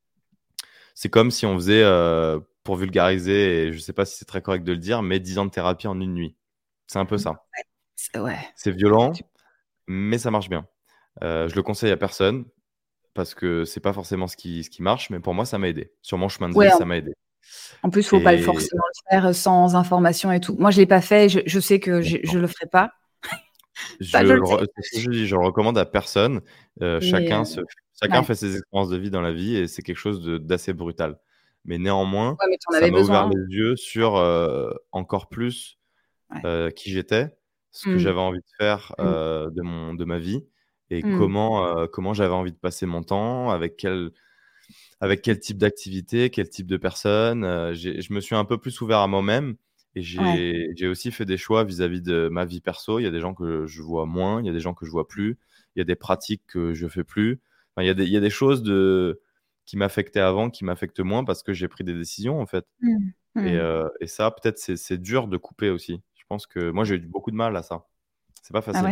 C'est comme si on faisait, euh, pour vulgariser, et je ne sais pas si c'est très correct de le dire, mais dix ans de thérapie en une nuit. C'est un peu ça. C'est- Ouais. C'est violent, mais ça marche bien. Euh, je le conseille à personne parce que c'est pas forcément ce qui, ce qui marche, mais pour moi, ça m'a aidé. Sur mon chemin de Ouais, vie, en, ça m'a aidé. en plus, faut pas le Et forcément le faire sans information et tout. Moi, je l'ai pas fait. Je, je sais que je, d'accord. je le ferai pas. je Ça, je le, le sais. re- c'est ce que je dis, je le recommande à personne. Euh, Mais chacun euh, se, chacun ouais. fait ses expériences de vie dans la vie et c'est quelque chose de- d'assez brutal. Mais néanmoins, Ouais, mais tu en ça avais m'a ouvert besoin. les yeux sur euh, encore plus Ouais. euh, qui j'étais, ce que Mm. j'avais envie de faire Mm. euh, de mon, de ma vie et Mm. comment, euh, comment j'avais envie de passer mon temps, avec quel, avec quel type d'activité, quel type de personne. Euh, j'ai- je me suis un peu plus ouvert à moi-même et Ouais. j'ai j'ai aussi fait des choix vis-à-vis de ma vie perso. Il y a des gens que je vois moins, il y a des gens que je vois plus, il y a des pratiques que je fais plus. Enfin, il y a des, il y a des choses de, qui m'affectaient avant, qui m'affectent moins parce que j'ai pris des décisions en fait. Mm. Et, Mm. euh, et ça, peut-être, c'est c'est dur de couper aussi. Je pense que moi, j'ai eu beaucoup de mal à ça. C'est pas Ah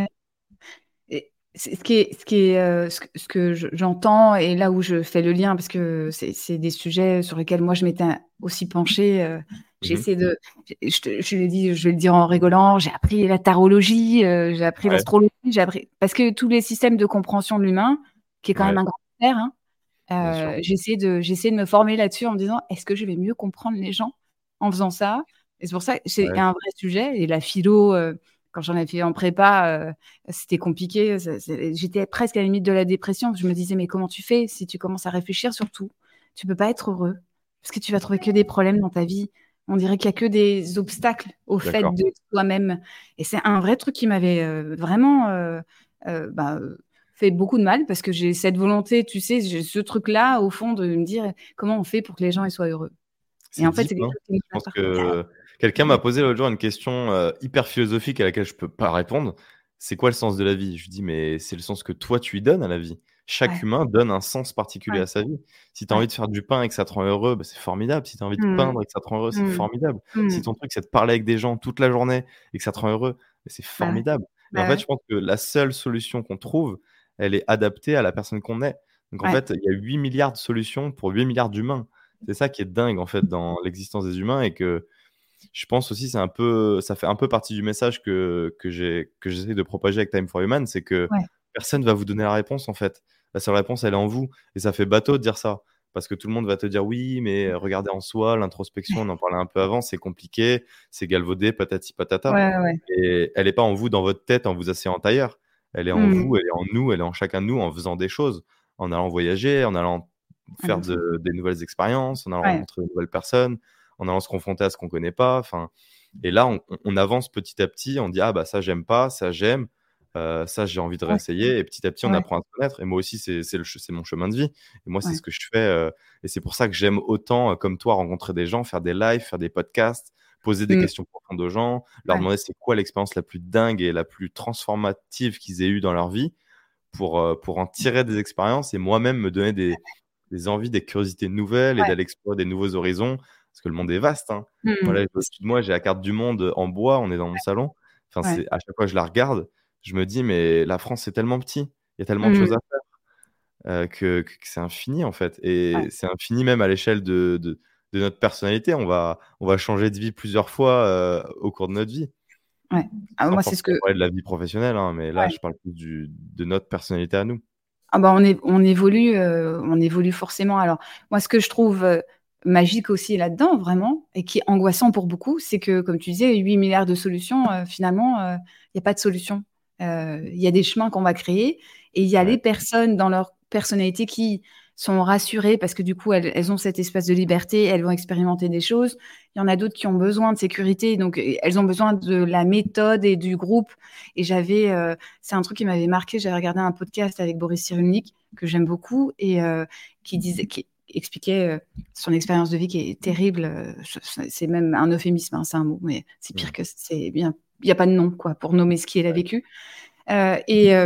facile. ouais. Et c'est- ce qui est, ce qui est, euh, ce que, ce que je- j'entends et là où je fais le lien, parce que c'est c'est des sujets sur lesquels moi je m'étais aussi penchée. Euh, j'ai Mhm. essayé de, je, te- je l'ai dit, je vais le dire en rigolant, j'ai appris la tarologie, euh, j'ai appris Ouais, l'astrologie, j'ai appris parce que tous les systèmes de compréhension de l'humain, qui est quand même ouais, un grand mystère, hein, bien sûr. euh, j'ai essayé de, j'ai essayé de me former là-dessus en me disant, est-ce que je vais mieux comprendre les gens en faisant ça? Et c'est pour ça que c'est Ouais, un vrai sujet. Et la philo, euh, quand j'en ai fait en prépa, euh, c'était compliqué. Ça- c'est- J'étais presque à la limite de la dépression. Je me disais, mais comment tu fais si tu commences à réfléchir sur tout? Tu peux pas être heureux parce que tu vas trouver que des problèmes dans ta vie. On dirait qu'il y a que des obstacles au fait d'accord. de toi-même. Et c'est un vrai truc qui m'avait euh, vraiment euh, euh, bah, fait beaucoup de mal parce que j'ai cette volonté, tu sais, j'ai ce truc-là au fond de me dire comment on fait pour que les gens ils soient heureux. Et C'est en fait, deep, c'est quelque hein. chose qui ne Je passe pense pas. que quelqu'un m'a posé l'autre jour une question euh, hyper philosophique à laquelle je peux pas répondre. C'est quoi le sens de la vie? Je lui dis, mais c'est le sens que toi, tu y donnes à la vie. Chaque Ouais, humain donne un sens particulier ouais, à sa vie. Si tu as ouais. envie de faire du pain et que ça te rend heureux, bah, c'est formidable. Si tu as envie de Mm, peindre et que ça te rend heureux, c'est mm, formidable. Si mm. ton truc, c'est de parler avec des gens toute la journée et que ça te rend heureux, bah, c'est Bah ouais, formidable. Et en bah fait, ouais, je pense que la seule solution qu'on trouve, elle est adaptée à la personne qu'on est. Donc en ouais, fait, il y a huit milliards de solutions pour huit milliards d'humains. C'est ça qui est dingue en fait dans l'existence des humains et que je pense aussi c'est un peu ça fait un peu partie du message que que j'ai que j'essaie de propager avec Time for Human, c'est que ouais. personne va vous donner la réponse en fait. La seule réponse elle est en vous et ça fait bateau de dire ça parce que tout le monde va te dire oui mais regardez en soi, l'introspection, on en parlait un peu avant, c'est compliqué, c'est galvaudé, patati patata Ouais, ouais. et elle est pas en vous dans votre tête en vous asseyant ailleurs. Elle est en Mm. vous, elle est en nous, elle est en chacun de nous en faisant des choses, en allant voyager, en allant Ah faire non, c'est- de, des nouvelles expériences, en allant ouais, rencontrer de nouvelles personnes, en allant se confronter à ce qu'on connaît pas. Enfin, et là, on, on avance petit à petit. On dit ah bah ça j'aime pas, ça j'aime, euh, ça j'ai envie de ouais, réessayer. Et petit à petit, on ouais, apprend à se connaître. Et moi aussi, c'est c'est le che- c'est mon chemin de vie. Et moi, c'est ouais. ce que je fais. euh, et c'est pour ça que j'aime autant, euh, comme toi, rencontrer des gens, faire des lives, faire des podcasts, poser des Mm. questions profondes aux gens, leur Ouais, demander c'est quoi l'expérience la plus dingue et la plus transformative qu'ils aient eue dans leur vie pour, euh, pour en tirer des expériences et moi-même me donner des, des envies, des curiosités nouvelles et ouais. d'aller explorer des nouveaux horizons parce que le monde est vaste, hein. Moi, Mm. là, au-dessus de moi, j'ai la carte du monde en bois, on est dans mon salon. Enfin, Ouais. c'est, à chaque fois que je la regarde, je me dis, mais la France, c'est tellement petit, il y a tellement de Mm. choses à faire euh, que, que- que c'est infini en fait. Ouais, Et c'est infini même à l'échelle de, de, de notre personnalité. On va, on va changer de vie plusieurs fois euh, au cours de notre vie, ouais. Ah, sans moi, c'est ce que. forcément parler de la vie professionnelle, hein, mais là, Ouais. je parle plus du, de notre personnalité à nous. Ah bah on est, on évolue, euh, on évolue forcément. Alors, moi, ce que je trouve euh, magique aussi là-dedans, vraiment, et qui est angoissant pour beaucoup, c'est que, comme tu disais, huit milliards de solutions, euh, finalement, euh, il n'y a pas de solution. Euh, Il y a des chemins qu'on va créer, et il y a les Ouais. personnes dans leur personnalité qui sont rassurées parce que du coup, elles, elles ont cet espace de liberté, elles vont expérimenter des choses. Il y en a d'autres qui ont besoin de sécurité, donc euh, elles ont besoin de la méthode et du groupe. Et j'avais, euh, c'est un truc qui m'avait marqué. J'avais regardé un podcast avec Boris Cyrulnik que j'aime beaucoup et euh, qui disait, qui expliquait euh, son expérience de vie qui est terrible. Euh, C'est même un euphémisme, hein, c'est un mot, mais c'est pire Mm. que c'est bien. Il n'y a pas de nom quoi pour nommer ce qu'il a vécu. Euh, et, euh,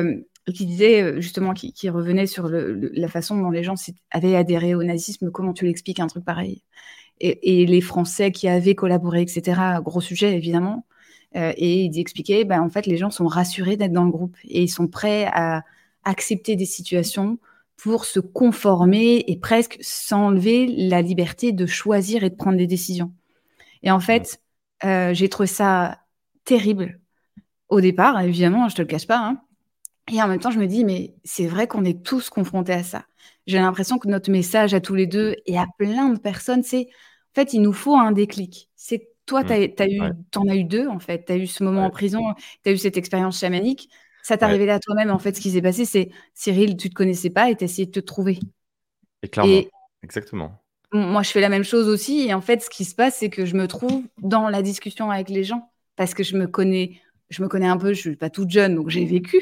et qui disait euh, justement, qui, qui revenait sur le, le- la façon dont les gens s'étaient- avaient adhéré au nazisme. Comment tu l'expliques un truc pareil? Et, et les Français qui avaient collaboré, et cetera. Gros sujet, évidemment. Euh, et il expliquait, ben, en fait, les gens sont rassurés d'être dans le groupe et ils sont prêts à accepter des situations pour se conformer et presque s'enlever la liberté de choisir et de prendre des décisions. Et en Mm. fait, euh, j'ai trouvé ça terrible au départ, évidemment, je te le cache pas, hein. Et en même temps, je me dis, mais c'est vrai qu'on est tous confrontés à ça. J'ai l'impression que notre message à tous les deux et à plein de personnes, c'est, en fait, il nous faut un déclic. C'est toi, Mm. t'as, t'as eu, Ouais, t'en as eu deux, en fait. Tu as eu ce moment en ouais, prison, tu as eu cette expérience chamanique. Ça t'est ouais. arrivé là toi-même, en fait, ce qui s'est passé, c'est, Cyril, tu te connaissais pas et tu essayé de te trouver. Et clairement, Et exactement. moi, je fais la même chose aussi. Et en fait, ce qui se passe, c'est que je me trouve dans la discussion avec les gens parce que je me connais, je me connais un peu, je suis pas toute jeune, donc j'ai vécu.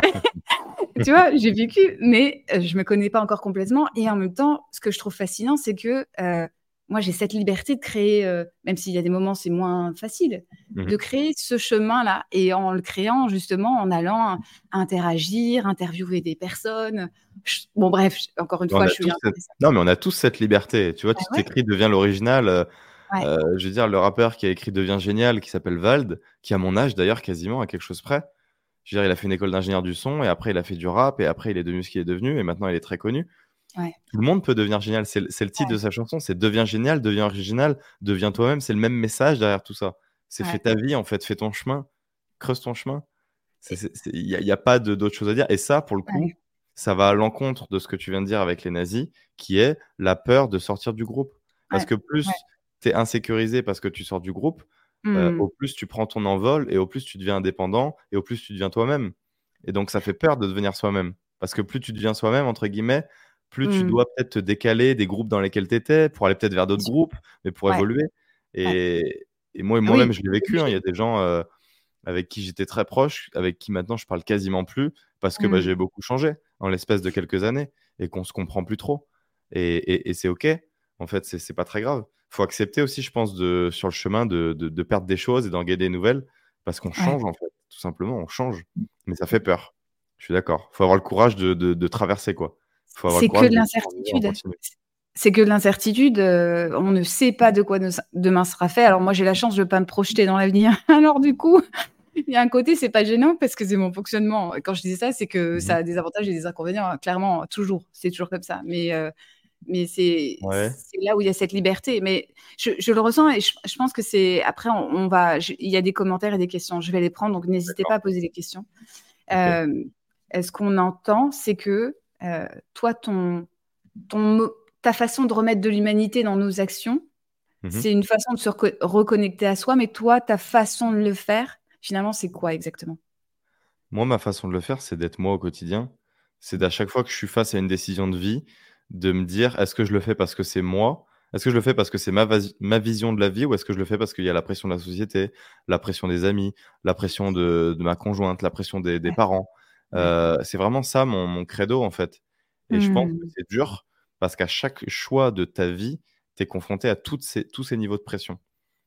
Tu vois, j'ai vécu, mais euh, je me connais pas encore complètement. Et en même temps, ce que je trouve fascinant, c'est que euh, moi, j'ai cette liberté de créer, euh, même s'il y a des moments c'est moins facile, de Mhm. créer ce chemin-là. Et en le créant, justement, en allant interagir, interviewer des personnes. Je- Bon, bref, je- encore une On fois, a je suis tous un cette... peu ça. Non, mais on a tous cette liberté. Tu vois, Ah tu ouais? t'écris Deviens l'original. euh, Ouais. euh, je veux dire, le rappeur qui a écrit Deviens génial, qui s'appelle Vald, qui a mon âge d'ailleurs, quasiment, à quelque chose près. Je veux dire, il a fait une école d'ingénieur du son, et après, il a fait du rap, et après, il est devenu ce qu'il est devenu, et maintenant, il est très connu. Ouais. Tout le monde peut devenir génial. C'est le c'est le titre de Ouais. sa chanson, c'est Deviens génial, deviens original, deviens toi-même. C'est le même message derrière tout ça. C'est fais Ouais. ta vie, en fait, fais ton chemin, creuse ton chemin. Il n'y a, y a pas de- d'autre chose à dire. Et ça, pour le coup, Ouais. ça va à l'encontre de ce que tu viens de dire avec les nazis, qui est la peur de sortir du groupe. Parce Ouais. que Ouais. plus tu es insécurisé parce que tu sors du groupe, euh, Hmm. au plus tu prends ton envol et au plus tu deviens indépendant et au plus tu deviens toi-même. Et donc, ça fait peur de devenir soi-même. Parce que plus tu deviens soi-même, entre guillemets, plus tu Hmm. dois peut-être te décaler des groupes dans lesquels tu étais pour aller peut-être vers Bien d'autres sûr. groupes, mais pour Ouais. évoluer. Ouais. Et, et moi, Ah oui, moi-même, je l'ai vécu, hein. Il y obligé. a des gens euh, avec qui j'étais très proche, avec qui maintenant je parle quasiment plus, parce que bah, Hmm. j'ai beaucoup changé en l'espace de quelques années et qu'on se comprend plus trop. Et, et- et c'est OK. En fait, c'est c'est pas très grave. Faut accepter aussi, je pense, de, sur le chemin de, de- de perdre des choses et d'en gagner des nouvelles, parce qu'on Ouais. change, en fait. Tout simplement, on change. Mais ça fait peur. Je suis d'accord. Faut avoir le courage de, de- de traverser, quoi. Faut avoir le C'est que courage de de dire, on l'incertitude. continue. C'est que de l'incertitude. euh, on ne sait pas de quoi nos- demain sera fait. Alors moi, j'ai la chance de ne pas me projeter dans l'avenir. Alors du coup, il y a un côté, c'est pas gênant parce que c'est mon fonctionnement. Quand je dis ça, c'est que ça Mhm. a des avantages et des inconvénients. hein, Clairement, toujours. C'est toujours comme ça. Mais, euh, mais c'est Ouais, c'est là où il y a cette liberté. Mais je, je le ressens et je, je pense que c'est... Après, on, on va... je- il y a des commentaires et des questions. Je vais les prendre, donc n'hésitez pas d'accord. à poser des questions. OK. Euh, ce qu'on entend, c'est que euh, toi, ton, ton, mo- ta façon de remettre de l'humanité dans nos actions, Mhm. c'est une façon de se reco- reconnecter à soi, mais toi, ta façon de le faire, finalement, c'est quoi exactement? Moi, ma façon de le faire, c'est d'être moi au quotidien. C'est d'à chaque fois que je suis face à une décision de vie, de me dire, est-ce que je le fais parce que c'est moi? Est-ce que je le fais parce que c'est ma, vasi- ma vision de la vie ou est-ce que je le fais parce qu'il y a la pression de la société, la pression des amis, la pression de, de ma conjointe, la pression des, des Ouais, parents? ouais. Euh, c'est vraiment ça mon, mon credo en fait. Et je pense que Hmm. c'est dur parce qu'à chaque choix de ta vie, tu es confronté à toutes ces, tous ces niveaux de pression.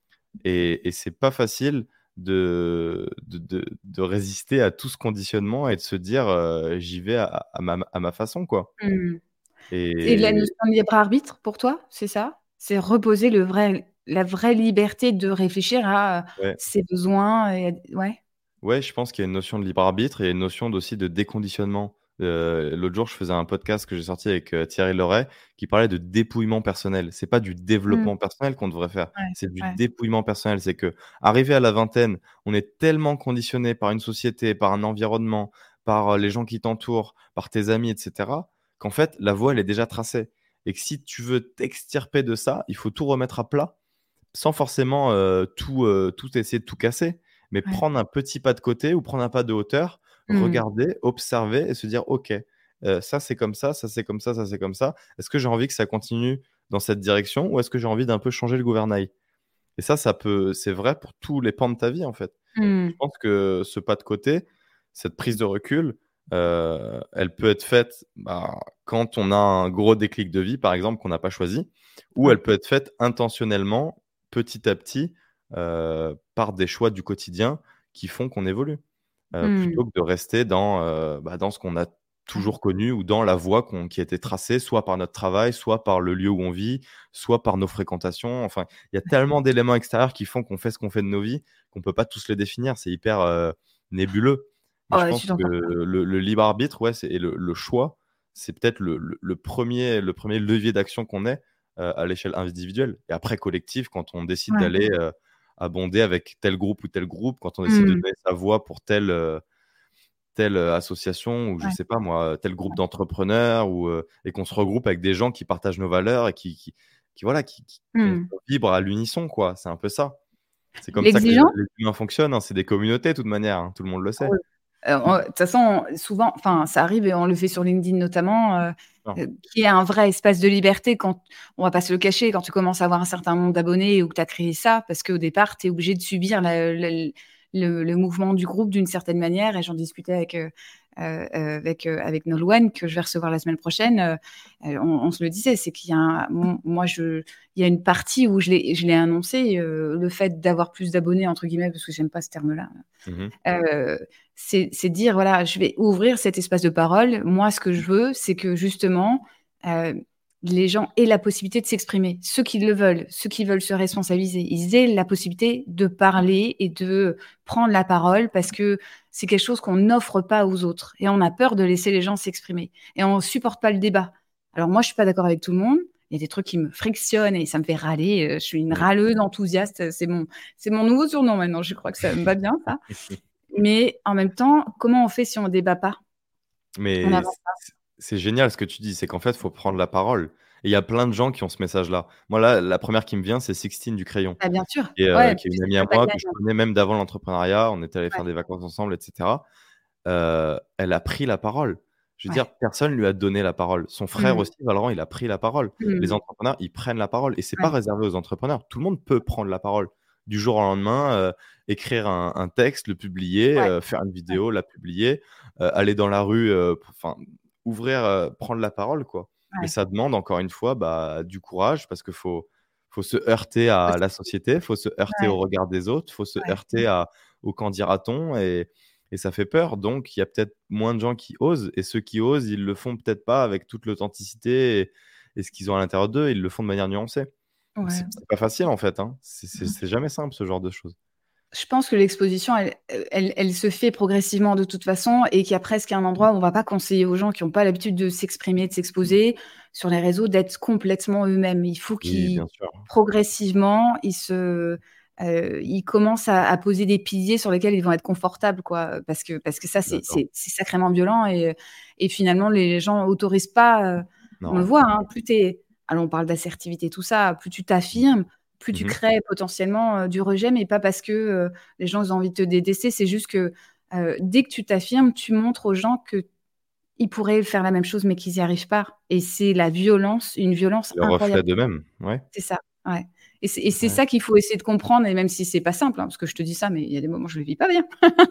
Et, et c'est pas facile de, de, de- de résister à tout ce conditionnement et de se dire euh, j'y vais à, à ma, à ma façon, quoi. Hmm. Et la Et notion de libre arbitre, pour toi, c'est ça? C'est reposer le vrai, la vraie liberté de réfléchir à euh, ouais, ses besoins. Et à- Ouais. ouais, je pense qu'il y a une notion de libre arbitre et une notion aussi de déconditionnement. Euh, l'autre jour, je faisais un podcast que j'ai sorti avec euh, Thierry Loret qui parlait de dépouillement personnel. C'est pas du Hmm. développement personnel qu'on devrait faire, Ouais, c'est du ouais, dépouillement personnel. C'est que arrivé à la vingtaine, on est tellement conditionné par une société, par un environnement, par euh, les gens qui t'entourent, par tes amis, et cetera, qu'en fait, la voie, elle est déjà tracée. Et que si tu veux t'extirper de ça, il faut tout remettre à plat sans forcément euh, tout, euh, tout essayer de tout casser, mais ouais. prendre un petit pas de côté ou prendre un pas de hauteur, Hmm. regarder, observer et se dire, OK, euh, ça c'est comme ça, ça c'est comme ça, ça c'est comme ça. Est-ce que j'ai envie que ça continue dans cette direction ou est-ce que j'ai envie d'un peu changer le gouvernail? Et ça, ça peut, c'est vrai pour tous les pans de ta vie en fait. Hmm. Je pense que ce pas de côté, cette prise de recul, euh, elle peut être faite bah, quand on a un gros déclic de vie, par exemple, qu'on n'a pas choisi, ou Ouais. elle peut être faite intentionnellement, petit à petit, euh, par des choix du quotidien qui font qu'on évolue. euh, Mmh. plutôt que de rester dans, euh, bah, dans ce qu'on a toujours connu ou dans la voie qu'on- qui a été tracée, soit par notre travail, soit par le lieu où on vit, soit par nos fréquentations. Enfin, il y a tellement d'éléments extérieurs qui font qu'on fait ce qu'on fait de nos vies qu'on peut pas tous les définir. C'est hyper euh, nébuleux. Mais Oh, je ouais, je pense suis que d'accord. le, le libre arbitre, ouais, c'est, et le, le choix, c'est peut-être le, le- le premier, le premier levier d'action qu'on ait euh, à l'échelle individuelle. Et après, collective, quand on décide Ouais. d'aller euh, abonder avec tel groupe ou tel groupe, quand on décide de Mmh. donner sa voix pour tel, euh, telle euh, association ou je Ouais. sais pas moi, tel groupe d'entrepreneurs ou euh, et qu'on se regroupe avec des gens qui partagent nos valeurs et qui, qui, qui voilà, qui, qui- qu'on Mmh. vibre à l'unisson, quoi. C'est un peu ça. C'est comme ça que les, L'exigence. les humains fonctionnent, hein. C'est des communautés, de toute manière, hein. Tout le monde le sait. Oui. Heu, on de toute façon, souvent, enfin, ça arrive et on le fait sur LinkedIn notamment, heu Non. heu, qu'il y ait un vrai espace de liberté quand on va pas se le cacher, quand tu commences à avoir un certain nombre d'abonnés ou que tu as créé ça, parce qu'au départ, tu es obligé de subir la le le le mouvement du groupe d'une certaine manière et j'en discutais avec, heu heu heu, avec, heu, avec Nolwenn que je vais recevoir la semaine prochaine, heu heu, on on se le disait, c'est qu'il y a un m moi je il y a une partie où je l'ai je l'ai annoncé, heu, le fait d'avoir «plus d'abonnés» entre guillemets, parce que j'aime pas ce terme-là. Mhm. Heu, c'est c'est dire voilà, je vais ouvrir cet espace de parole. Moi, ce que je veux, c'est que justement, heu, les gens aient la possibilité de s'exprimer. Ceux qui le veulent, ceux qui veulent se responsabiliser, ils aient la possibilité de parler et de prendre la parole parce que c'est quelque chose qu'on n'offre pas aux autres et on a peur de laisser les gens s'exprimer et on supporte pas le débat. Alors moi, je suis pas d'accord avec tout le monde. Il y a des trucs qui me frictionnent et ça me fait râler, heu, je suis une Mhm. râleuse enthousiaste, c'est mon c'est mon nouveau surnom maintenant, je crois que ça me va bien ça. Mais en même temps, comment on fait si on débat pas? On Mais avance c'est pas. c'est génial ce que tu dis, c'est qu'en fait, il faut prendre la parole. Et il y a plein de gens qui ont ce message-là. Moi, là, la première qui me vient, c'est Sixtine du Crayon, Bah, bien sûr. qui est, euh, Ouais, qui est tu une sais amie à sa moi que tagline. je connais même d'avant l'entrepreneuriat. On était allé Ouais, faire des vacances ensemble, et cetera. Euh, elle a pris la parole. Je veux dire, ouais. personne lui a donné la parole. Son frère Mmh. aussi, Valorant, il a pris la parole. Les Mmh. entrepreneurs, ils prennent la parole. Et c'est pas Ouais, réservé aux entrepreneurs. Tout le monde peut prendre la parole. Du jour au lendemain, euh, écrire un, un texte, le publier, ouais, euh, faire une ouais, vidéo, la publier, euh, aller dans la rue, euh, pour- enfin, ouvrir, euh, prendre la parole, quoi. Mais ouais, ça demande, encore une fois, bah, du courage parce qu'il faut, faut se heurter à la société, il faut se heurter ouais, au regard des autres, il faut se ouais. heurter à, au qu'en dira-t-on. Et, et ça fait peur. Donc, il y a peut-être moins de gens qui osent. Et ceux qui osent, ils le font peut-être pas avec toute l'authenticité et, et ce qu'ils ont à l'intérieur d'eux. Ils le font de manière nuancée. Donc, c'est Ouais. c'est pas facile, en fait, hein. C'est c'est- c'est jamais simple, ce genre de choses. Je pense que l'exposition, elle elle elle se fait progressivement de toute façon et qu'il y a presque un endroit où on va pas conseiller aux gens qui ont pas l'habitude de s'exprimer, de s'exposer sur les réseaux, d'être complètement eux-mêmes. Il faut Oui, qu'ils bien sûr. progressivement, ils se heu, ils commencent à à poser des piliers sur lesquels ils vont être confortables, quoi, parce que parce que ça, c'est D'accord. c'est c'est sacrément violent et et finalement les gens autorisent pas, heu, on le Non. voit, hein, plus tu es alors on parle d'assertivité, tout ça, plus tu t'affirmes, plus tu Mhm. crées potentiellement, heu, du rejet, mais pas parce que, heu, les gens ils ont envie de te détester, c'est juste que, heu, dès que tu t'affirmes, tu montres aux gens qu'ils pourraient faire la même chose, mais qu'ils y arrivent pas et c'est la violence, une violence Le reflet incroyable. d'eux-mêmes. Ouais. C'est ça, ouais et c'est et c'est Ouais. ça qu'il faut essayer de comprendre et même si c'est pas simple, hein, parce que je te dis ça, mais il y a des moments où je le vis pas bien.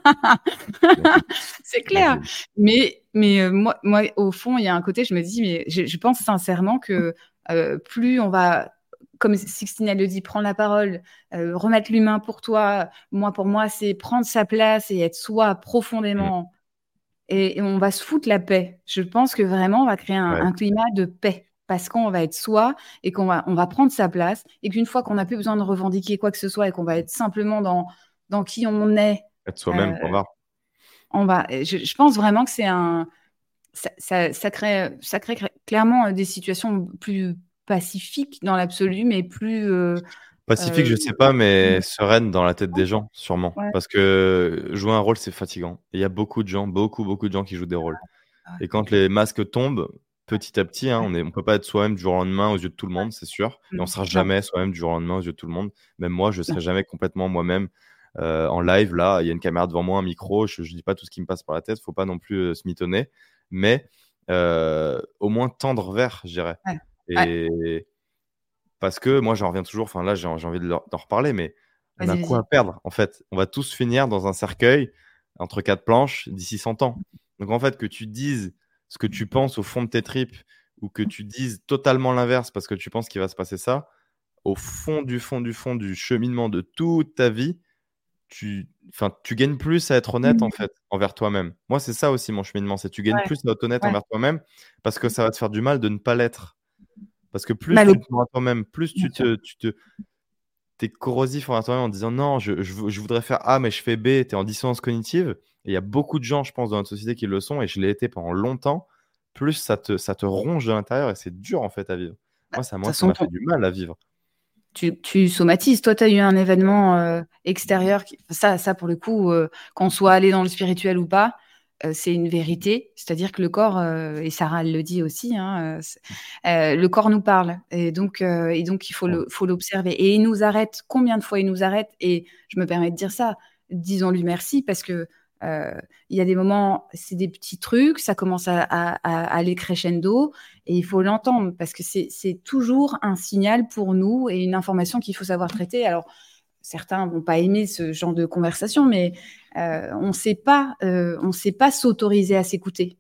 J'imagine. C'est clair, J'imagine. mais mais heu, moi moi, au fond, il y a un côté, je me dis: «Mais» je je pense sincèrement que, heu, plus on va, comme Sixtine elle le dit, prendre la parole, heu, remettre l'humain pour toi. Moi, pour moi, c'est prendre sa place et être soi Mm. profondément et et on va se foutre la paix. Je pense que vraiment on va créer un Ouais. un climat de paix parce qu'on va être soi et qu'on va on va prendre sa place et qu'une fois qu'on n'a plus besoin de revendiquer quoi que ce soit et qu'on va être simplement dans dans qui on est, Être heu, soi-même, point barre. on va je je pense vraiment que c'est un ça ça ça crée ça crée cré clairement, heu, des situations plus pacifiques dans l'absolu, mais plus, heu Pacifique, heu, je sais pas, mmh, mais sereine dans la tête des gens, sûrement. ouais, Parce que jouer un rôle, c'est fatigant. Et il y a beaucoup de gens, beaucoup, beaucoup de gens qui jouent des rôles. ouais, Et quand les masques tombent, petit à petit, hein, ouais, on est, on peut pas être soi-même du jour au lendemain aux yeux de tout le monde, c'est sûr. Et on mmh, sera non, jamais soi-même du jour au lendemain aux yeux de tout le monde. Même moi, je non, serai jamais complètement moi-même euh, en live. Là, il y a une caméra devant moi, un micro. Je, je dis pas tout ce qui me passe par la tête. Faut pas non plus euh, se mitonner. Mais euh, au moins tendre vers, je dirais. ouais, ouais, Et parce que moi, j'en reviens toujours. Enfin, là, j'ai j'ai envie de leur- d'en reparler, mais on a vas-y, quoi à vas-y. perdre, en fait? On va tous finir dans un cercueil entre quatre planches d'ici cent ans. Donc, en fait, que tu dises ce que tu penses au fond de tes tripes ou que tu dises totalement l'inverse parce que tu penses qu'il va se passer ça, au fond du fond du fond du cheminement de toute ta vie, tu, enfin, tu gagnes plus à être honnête, en Mmh. fait, envers toi-même. Moi, c'est ça aussi mon cheminement, c'est tu gagnes Ouais, plus à être honnête ouais. envers toi-même parce que ça va te faire du mal de ne pas l'être. Parce que plus Bah, le tu te mens à toi-même, plus bien tu sûr. te, tu te, t'es corrosif envers toi-même en disant non, je, je, vou- je voudrais faire A, mais je fais B, tu es en dissonance cognitive. Et il y a beaucoup de gens, je pense, dans notre société qui le sont, et je l'ai été pendant longtemps. Plus ça te, ça te ronge de l'intérieur et c'est dur, en fait, à vivre. Bah, Moi, de ça, toute moi, ça façon, m'a ton fait du mal à vivre. tu tu somatises. Toi, tu as eu un événement, heu, extérieur qui ça ça pour le coup, heu, qu'on soit allé dans le spirituel ou pas, heu, c'est une vérité. C'est-à-dire que le corps, heu et Sarah, elle le dit aussi, hein, heu, c'est heu, le corps nous parle et donc heu et donc il faut Ouais. le faut l'observer et il nous arrête. Combien de fois il nous arrête? Et je me permets de dire ça, disons-lui merci parce que, heu, il y a des moments, c'est des petits trucs, ça commence à à à aller crescendo et il faut l'entendre parce que c'est c'est toujours un signal pour nous et une information qu'il faut savoir traiter. Alors, certains vont pas aimer ce genre de conversation, mais euh, on sait pas, euh, on sait pas s'autoriser à s'écouter.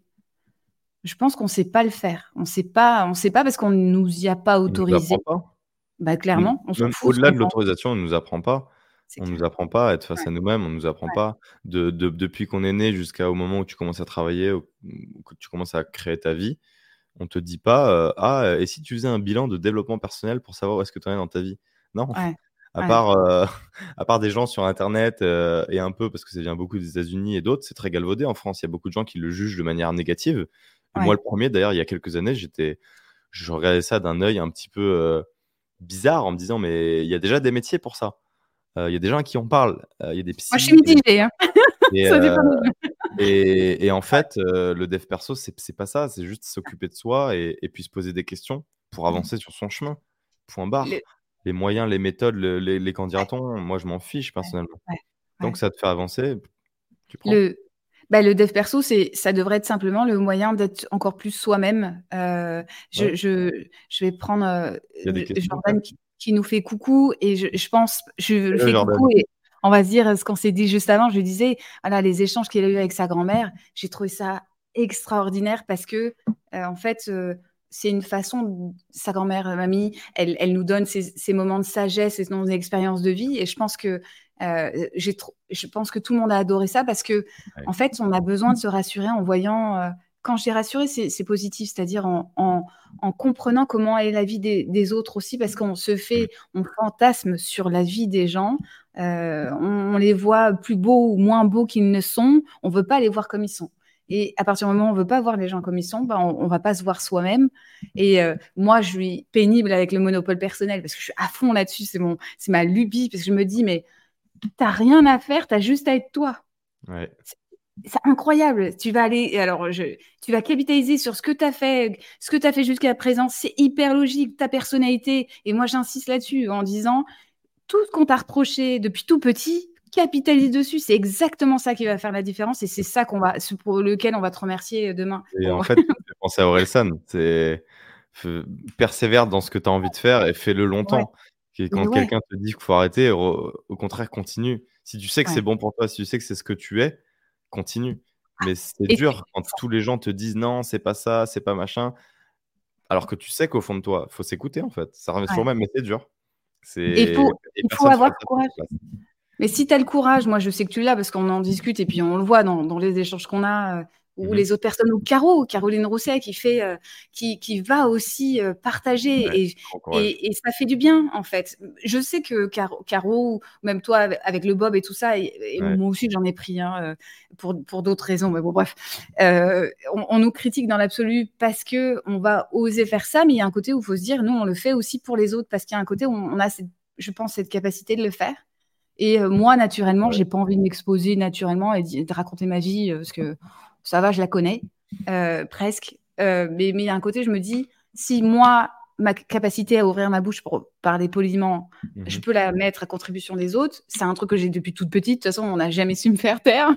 Je pense qu'on sait pas le faire. On sait pas, on sait pas parce qu'on nous y a pas On nous apprend autorisé. pas. Bah On- clairement, on s'en Même fout ce au-delà qu'on de pense. l'autorisation, on ne nous apprend pas. C'est On nous clair. apprend pas à être face Ouais, à nous-mêmes, on nous apprend ouais. pas de, de- depuis qu'on est né jusqu'au moment où tu commences à travailler, ou ou que tu commences à créer ta vie. On te dit pas euh, ah euh, et si tu faisais un bilan de développement personnel pour savoir où est-ce que tu en es dans ta vie. Non, Ouais, à ouais. part euh, à part des gens sur internet euh, et un peu parce que ça vient beaucoup des États-Unis et d'autres, c'est très galvaudé en France. Il y a beaucoup de gens qui le jugent de manière négative. Et moi Ouais. le premier d'ailleurs, il y a quelques années, j'étais je regardais ça d'un œil un petit peu euh, bizarre en me disant mais il y a déjà des métiers pour ça. Euh, Il y a des gens qui en parlent. Euh, Il y a des Moi, je suis psys. il y a des- mitigée, hein. Et, Ça euh, dépend des gens. et, et en fait, euh, le dev perso, c'est c'est pas ça. C'est juste s'occuper de soi et, et puis se poser des questions pour avancer sur son chemin. Point Le- barre. Les moyens, les méthodes, le- les, les ouais, candidatons, moi je m'en fiche ouais, personnellement. ouais, Tant que ouais. ça te fait avancer, tu prends. Le, bah, le dev perso, c'est, ça devrait être simplement le moyen d'être encore plus soi-même. Euh, Ouais. je, je, je vais prendre euh, Il y a des questions Jordan peut-être. qui, qui nous fait coucou et je, je pense, je le Hello fais coucou Jordan. et on va se dire ce qu'on s'est dit juste avant. Je lui disais, voilà, les échanges qu'il a eu avec sa grand-mère, j'ai trouvé ça extraordinaire parce que, euh, en fait, euh, c'est une façon, sa grand-mère, euh, mamie, elle, elle nous donne ses, ses moments de sagesse et nos expériences de vie et je pense que euh, j'ai trop, je pense que tout le monde a adoré ça parce que Ouais. en fait, on a besoin de se rassurer en voyant. Euh, quand je dis rassurer, c'est c'est positif, c'est-à-dire en, en, en comprenant comment est la vie des, des autres aussi, parce qu'on se Mm. fait, on fantasme sur la vie des gens, euh, on, on les voit plus beaux ou moins beaux qu'ils ne sont, on veut pas les voir comme ils sont. Et à partir du moment où on veut pas voir les gens comme ils sont, ben on, on va pas se voir soi-même. Et euh, moi, je suis pénible avec le monopole personnel parce que je suis à fond là-dessus. C'est mon, c'est ma lubie parce que je me dis, mais t'as rien à faire, t'as juste à être toi. Ouais. C'est incroyable. Tu vas aller, alors je, tu vas capitaliser sur ce que tu as fait, ce que tu as fait jusqu'à présent. C'est hyper logique, ta personnalité. Et moi, j'insiste là-dessus en disant tout ce qu'on t'a reproché depuis tout petit, capitalise dessus. C'est exactement ça qui va faire la différence et c'est ça qu'on va, ce pour lequel on va te remercier demain. Et en Pour- fait, ça me fait penser à Orelsan. C'est f- persévère dans ce que tu as envie de faire et fais-le Ouais, longtemps. Et mais quand ouais, quelqu'un te dit qu'il faut arrêter, au, au contraire, continue. Si tu sais que c'est ouais. bon pour toi, si tu sais que c'est ce que tu es, continue. Mais c'est Et c'est dur quand tous les gens te disent non, c'est pas ça, c'est pas machin. Alors que tu sais qu'au fond de toi, faut s'écouter en fait. Ça revient sur ouais. le même, mais c'est dur. Et C'est faut, et il faut personne fera avoir ça à ta courage. place. Mais si tu as le courage, moi je sais que tu l'as parce qu'on en discute et puis on le voit dans, dans les échanges qu'on a, euh, ou Mhm. les autres personnes, ou Caro, Caroline Rousset qui fait, euh, qui, qui va aussi euh, partager Ouais, et, grand courage. et, et ça fait du bien en fait. Je sais que Caro, Caro ou même toi avec, avec le Bob et tout ça, et, et Ouais. moi aussi j'en ai pris hein, euh, pour, pour d'autres raisons, mais bon bref, euh, on, on nous critique dans l'absolu parce que on va oser faire ça, mais il y a un côté où il faut se dire, nous on le fait aussi pour les autres parce qu'il y a un côté où on, on a, cette, je pense, cette capacité de le faire. Et euh, moi, naturellement, Ouais. j'ai pas envie de m'exposer naturellement et de, de raconter ma vie euh, parce que ça va, je la connais euh, presque. Euh, mais mais il y a un côté, je me dis, si moi, ma capacité à ouvrir ma bouche pour parler poliment, je Mhm. peux la mettre à contribution des autres. C'est un truc que j'ai depuis toute petite. De toute façon, on n'a jamais su me faire taire.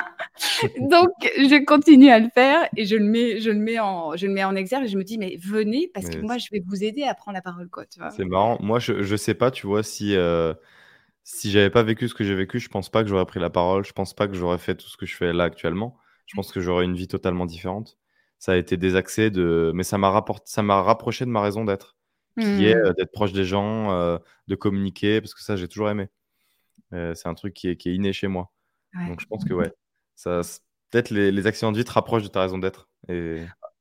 Donc, je continue à le faire et je le mets, je le mets en, je le mets en exergue. Et je me dis, mais venez parce que Mais moi, je vais vous aider à prendre la parole, quoi. Tu vois. c'est marrant. Moi, je, je sais pas, tu vois, si, euh, si j'avais pas vécu ce que j'ai vécu, je pense pas que j'aurais pris la parole. Je pense pas que j'aurais fait tout ce que je fais là actuellement. Je pense que j'aurais une vie totalement différente. Ça a été des accès de, mais ça m'a rapporté, ça m'a rapproché de ma raison d'être, qui est Hmm. euh, d'être proche des gens, euh, de communiquer, parce que ça, j'ai toujours aimé. Euh, c'est un truc qui est, qui est inné chez moi. Ouais. Donc je pense que ouais, ça, c'est- peut-être les, les accidents de vie te rapprochent de ta raison d'être. Et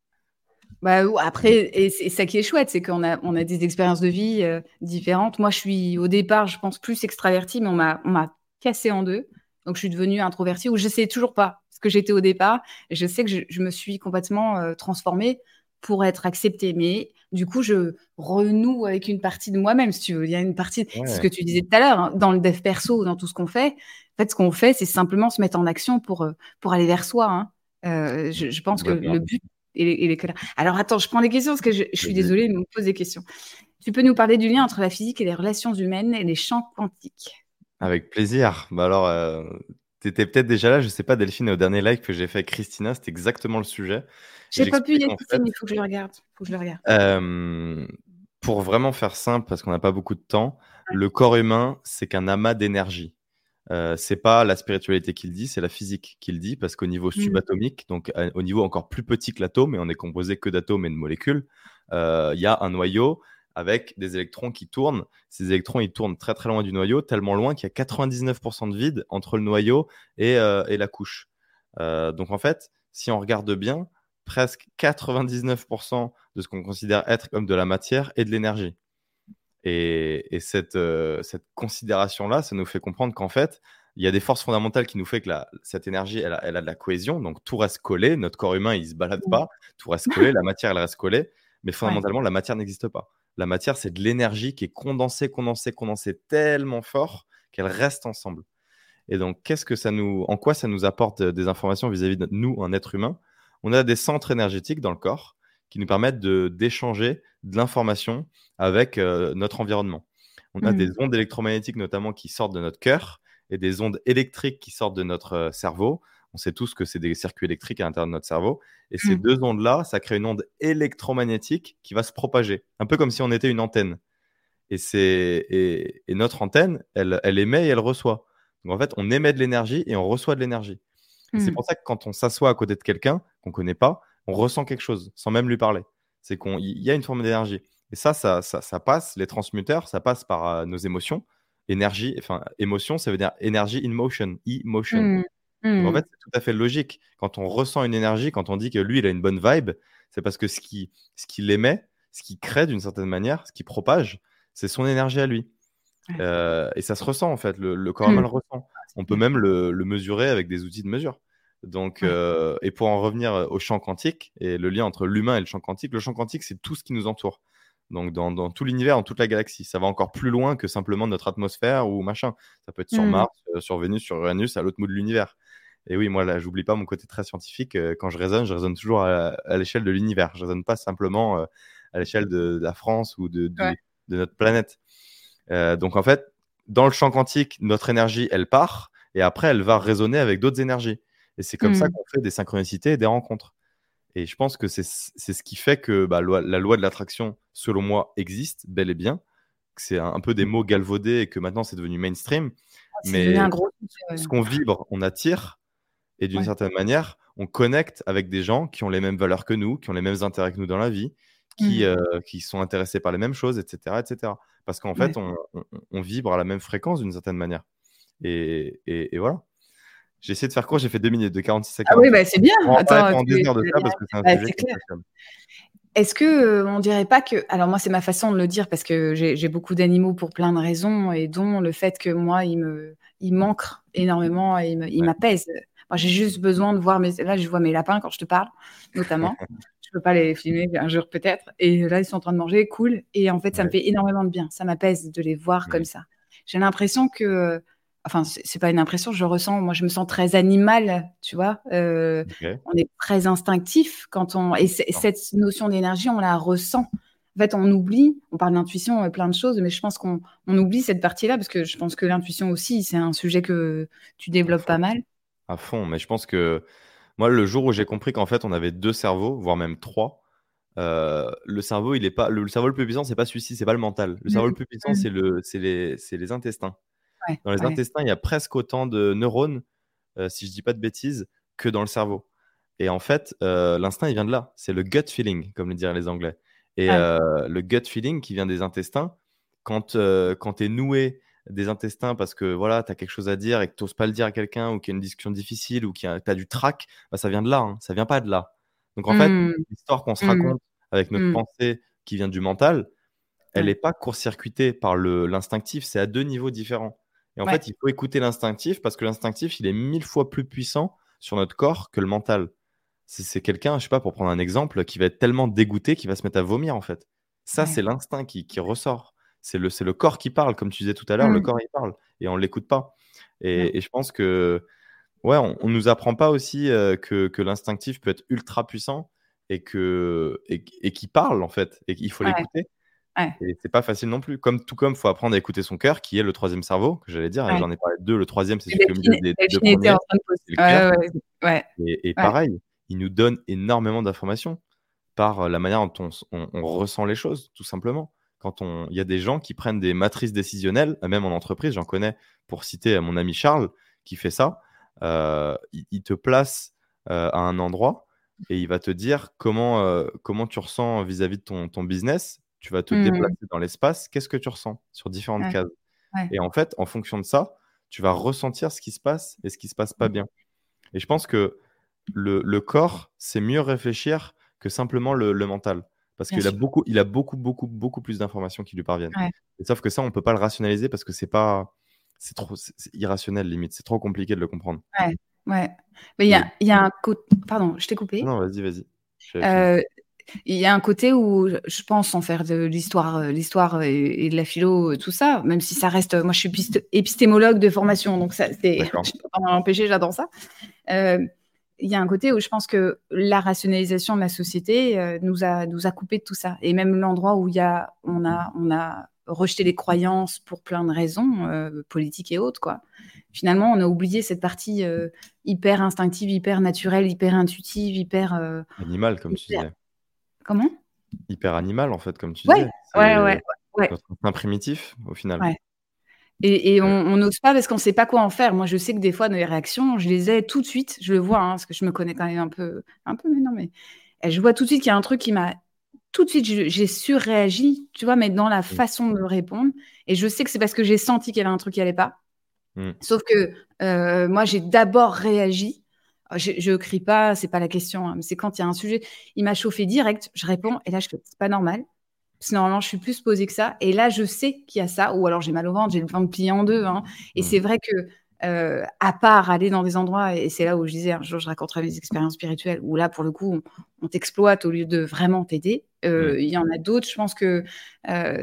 Bah, ou après, et c'est ça qui est chouette, c'est qu'on a, on a des expériences de vie euh, différentes. Moi, je suis au départ, je pense, plus extravertie, mais on m'a, on m'a cassé en deux. Donc, je suis devenue introvertie, ou je sais toujours pas ce que j'étais au départ. Et je sais que je, je me suis complètement euh, transformée pour être acceptée. Mais du coup, je renoue avec une partie de moi-même, si tu veux. Il y a une partie, c'est ce que ouais, tu disais tout à l'heure, hein, dans le dev perso, dans tout ce qu'on fait. En fait, ce qu'on fait, c'est simplement se mettre en action pour, euh, pour aller vers soi, hein. Euh, je, je pense que le complètement. but, il est, il est que là. Alors attends, je prends les questions parce que je, je suis Vas-y. désolée, mais on me pose des questions. Tu peux nous parler du lien entre la physique et les relations humaines et les champs quantiques? Avec plaisir. Bah alors, euh, t'étais peut-être déjà là, je sais pas, Delphine, au dernier live que j'ai fait avec Christina, c'était exactement le sujet. Et J'ai pas pu y j'explique en assister, fait, mais il faut que je le regarde. Faut que je le regarde. euh, pour vraiment faire simple, parce qu'on n'a pas beaucoup de temps, le corps humain, c'est qu'un amas d'énergie. Euh, c'est pas la spiritualité qui le dit, c'est la physique qui le dit, parce qu'au niveau Mm. subatomique, donc à- au niveau encore plus petit que l'atome, et on est composé que d'atomes et de molécules, euh, il y a un noyau avec des électrons qui tournent. Ces électrons, ils tournent très très loin du noyau, tellement loin qu'il y a quatre-vingt-dix-neuf pour cent de vide entre le noyau et, euh, et la couche. Euh, donc en fait, si on regarde bien, presque quatre-vingt-dix-neuf pour cent de ce qu'on considère être comme de la matière est de l'énergie. Et, et cette, euh, cette considération-là, ça nous fait comprendre qu'en fait, il y a des forces fondamentales qui nous fait que la- cette énergie, elle a, elle a de la cohésion. Donc, tout reste collé. Notre corps humain, il se balade Mm. pas. Tout reste collé. La matière, elle reste collée. Mais Ouais. fondamentalement, la matière n'existe pas. La matière, c'est de l'énergie qui est condensée, condensée, condensée tellement fort qu'elle reste ensemble. Et donc, qu'est-ce que ça nous, en quoi ça nous apporte euh, des informations vis-à-vis de nous, un être humain? On a des centres énergétiques dans le corps qui nous permettent de, d'échanger de l'information avec euh, notre environnement. On a des Mm. ondes électromagnétiques notamment qui sortent de notre cœur et des ondes électriques qui sortent de notre euh, cerveau. On sait tous que c'est des circuits électriques à l'intérieur de notre cerveau. Et ces Mm. deux ondes-là, ça crée une onde électromagnétique qui va se propager, un peu comme si on était une antenne. Et, c'est, et, et notre antenne, elle, elle émet et elle reçoit. Donc en fait, on émet de l'énergie et on reçoit de l'énergie. Et c'est Mm. pour ça que quand on s'assoit à côté de quelqu'un qu'on ne connaît pas, on ressent quelque chose sans même lui parler. C'est qu'il y a une forme d'énergie. Et ça, ça, ça, ça passe, les transmuteurs, ça passe par euh, nos émotions. Énergie, enfin, émotion, ça veut dire énergie in motion, e-motion. Mm. Donc en fait, Mm. c'est tout à fait logique. Quand on ressent une énergie, quand on dit que lui, il a une bonne vibe, c'est parce que ce qui, ce qui l'émet, ce qui crée d'une certaine manière, ce qui propage, c'est son énergie à lui. Ouais. Euh, et ça se ressent en fait, le, le corps humain Mm. le ressent. C'est On peut clair. même le, le mesurer avec des outils de mesure. Donc, Ouais. euh, et pour en revenir au champ quantique et le lien entre l'humain et le champ quantique, le champ quantique, c'est tout ce qui nous entoure. Donc, dans, dans tout l'univers, dans toute la galaxie, ça va encore plus loin que simplement notre atmosphère ou machin. Ça peut être sur Mm. Mars, euh, sur Vénus, sur Uranus, à l'autre bout de l'univers. Et oui, moi, là, j'oublie pas mon côté très scientifique. Euh, Quand je raisonne, je raisonne toujours à, à l'échelle de l'univers. Je raisonne pas simplement euh, à l'échelle de, de la France ou de, Ouais. du- de notre planète. Euh, donc, en fait, dans le champ quantique, notre énergie, elle part et après, elle va résonner avec d'autres énergies. Et c'est comme ça Mm. qu'on fait des synchronicités et des rencontres. Et je pense que c'est c'est ce qui fait que bah, loi- la loi de l'attraction, selon moi, existe bel et bien. Que C'est un, un peu des mots galvaudés et que maintenant, c'est devenu mainstream. C'est devenu Mais un gros sujet, ce ouais. qu'on vibre, on attire. Et d'une Ouais. certaine manière, on connecte avec des gens qui ont les mêmes valeurs que nous, qui ont les mêmes intérêts que nous dans la vie, qui, Mm. euh, qui sont intéressés par les mêmes choses, et cetera, et cetera. Parce qu'en Ouais. fait, on, on- on vibre à la même fréquence d'une certaine manière. Et, et- et voilà. J'ai essayé de faire court, j'ai fait deux minutes, de quarante-six à Ah oui, quarante-huit. bah, c'est bien. On va en parler Attends, pendant tu, des heures de tu l'as ça bien. parce que c'est un Bah, sujet c'est qui me clair. passionne. Est-ce que euh, on dirait pas que, alors moi c'est ma façon de le dire parce que j'ai j'ai beaucoup d'animaux pour plein de raisons et dont le fait que moi il me il m'ancre énormément et il me- il Ouais. m'apaise. Moi j'ai juste besoin de voir mes, là je vois mes lapins quand je te parle notamment. Je peux pas les filmer un jour peut-être et là ils sont en train de manger, cool, et en fait ça me Ouais. fait énormément de bien. Ça m'apaise de les voir comme Mm. ça. J'ai l'impression que, enfin c'est c'est pas une impression, je ressens, moi je me sens très animale, tu vois. Euh, Ok. on est très instinctif quand on, et c- Non. cette notion d'énergie, on la ressent. En fait, on oublie, on parle d'intuition et plein de choses, mais je pense qu'on on oublie cette partie-là parce que je pense que l'intuition aussi, c'est un sujet que tu À développes fond. pas mal. À fond. Mais je pense que moi, le jour où j'ai compris qu'en fait, on avait deux cerveaux, voire même trois, euh, le cerveau, il est pas, le, le cerveau le plus puissant, c'est pas celui-ci, c'est pas le mental. Le cerveau le Mm, plus puissant, mm. c'est le, c'est les, c'est les intestins. Ouais, Dans les ouais. intestins, il y a presque autant de neurones, euh, si je dis pas de bêtises, que dans le cerveau. Et en fait, euh, l'instinct, il vient de là. C'est le gut feeling, comme le diraient les Anglais. Et Ouais. euh, le gut feeling qui vient des intestins, quand, euh, quand tu es noué des intestins parce que voilà, tu as quelque chose à dire et que tu n'oses pas le dire à quelqu'un ou qu'il y a une discussion difficile ou que tu as du trac, bah, ça vient de là, hein, ça vient pas de là. Donc en fait, Mmh. l'histoire qu'on se Mmh. raconte avec notre Mmh. pensée qui vient du mental, elle Ouais. n'est pas court-circuitée par le, l'instinctif, c'est à deux niveaux différents. Et en Ouais. fait, il faut écouter l'instinctif parce que l'instinctif, il est mille fois plus puissant sur notre corps que le mental. C'est, c'est quelqu'un, je sais pas, pour prendre un exemple, qui va être tellement dégoûté qu'il va se mettre à vomir en fait. Ça, Ouais. c'est l'instinct qui, qui ressort. C'est le, c'est le corps qui parle, comme tu disais tout à l'heure, le Mmh. corps il parle et on l'écoute pas. Non. Et, et je pense que ouais, on, on nous apprend pas aussi euh, que, que l'instinctif peut être ultra puissant et que et, et qu'il parle en fait et qu'il faut Ouais. l'écouter. Ouais. Et c'est pas facile non plus. Comme tout comme faut apprendre à écouter son cœur, qui est le troisième cerveau que j'allais dire. Et Ouais. j'en ai parlé de deux. Le troisième, c'est Et celui qui est au milieu Delphine, des deux Delphine était premiers, en train de poser. c'est le cœur. Ouais, ouais, ouais. Et, et Ouais. pareil, il nous donne énormément d'informations par euh, la manière dont on, s- on- on ressent les choses, tout simplement. Quand on, il y a des gens qui prennent des matrices décisionnelles, euh, même en entreprise, j'en connais, pour citer euh, mon ami Charles, qui fait ça. Euh, il, il te place euh, à un endroit et il va te dire comment, euh, comment tu ressens vis-à-vis de ton, ton business. Tu vas te Mmh. déplacer dans l'espace. Qu'est-ce que tu ressens sur différentes Ouais. cases? Ouais. Et en fait, en fonction de ça, tu vas ressentir ce qui se passe et ce qui se passe pas Mmh. bien. Et je pense que le, le corps, c'est mieux réfléchir que simplement le, le mental. Parce Bien qu'il a sûr. beaucoup, il a beaucoup, beaucoup, beaucoup plus d'informations qui lui parviennent. Ouais. Et sauf que ça, on peut pas le rationaliser parce que c'est pas, c'est trop, c'est c'est irrationnel limite. C'est trop compliqué de le comprendre. Ouais. Ouais. Mais il y Et a, il y a un côté. Pardon, je t'ai coupé. non, vas-y, vas-y. J'avais fini. Euh, Il y a un côté où je je pense, sans faire de l'histoire, euh, l'histoire et, et de la philo, euh, tout ça, même si ça reste. Moi, je suis piste- épistémologue de formation, donc ça, c'est, D'accord. je peux pas m'en empêcher, j'adore ça. Euh, Il y a un côté où je pense que la rationalisation de la société euh, nous a nous a coupé de tout ça, et même l'endroit où il y a on a on a rejeté les croyances pour plein de raisons euh, politiques et autres, quoi. Finalement, on a oublié cette partie euh, hyper instinctive, hyper naturelle, hyper intuitive, hyper euh, Animal, comme tu hyper. disais. Comment? Hyper animal, en fait, comme tu Ouais, disais. ouais, C'est ouais, ouais, notre instinct primitif, au final. ouais. Et, et on Ouais. on n'ose pas parce qu'on ne sait pas quoi en faire. Moi, je sais que des fois, dans les réactions, je les ai tout de suite. Je le vois, hein, parce que je me connais quand même un peu, un peu, mais non, mais et je vois tout de suite qu'il y a un truc qui m'a. Tout de suite, je- j'ai surréagi, tu vois, mais dans la Mm. façon de me répondre. Et je sais que c'est parce que j'ai senti qu'il y avait un truc qui allait pas. Mm. Sauf que euh, moi, j'ai d'abord réagi. Je, je crie pas, c'est pas la question, hein, mais c'est quand il y a un sujet, il m'a chauffé direct, je réponds, et là, je fais, c'est pas normal. Parce que normalement, je suis plus posée que ça. Et là, je sais qu'il y a ça. Ou alors, j'ai mal au ventre, j'ai le ventre plié en deux, hein. Et Mm. c'est vrai que, euh, à part aller dans des endroits, et c'est là où je disais, un jour, je raconterai mes expériences spirituelles, où là, pour le coup, on, on t'exploite au lieu de vraiment t'aider. Euh, Mm. Il y en a d'autres, je pense que euh,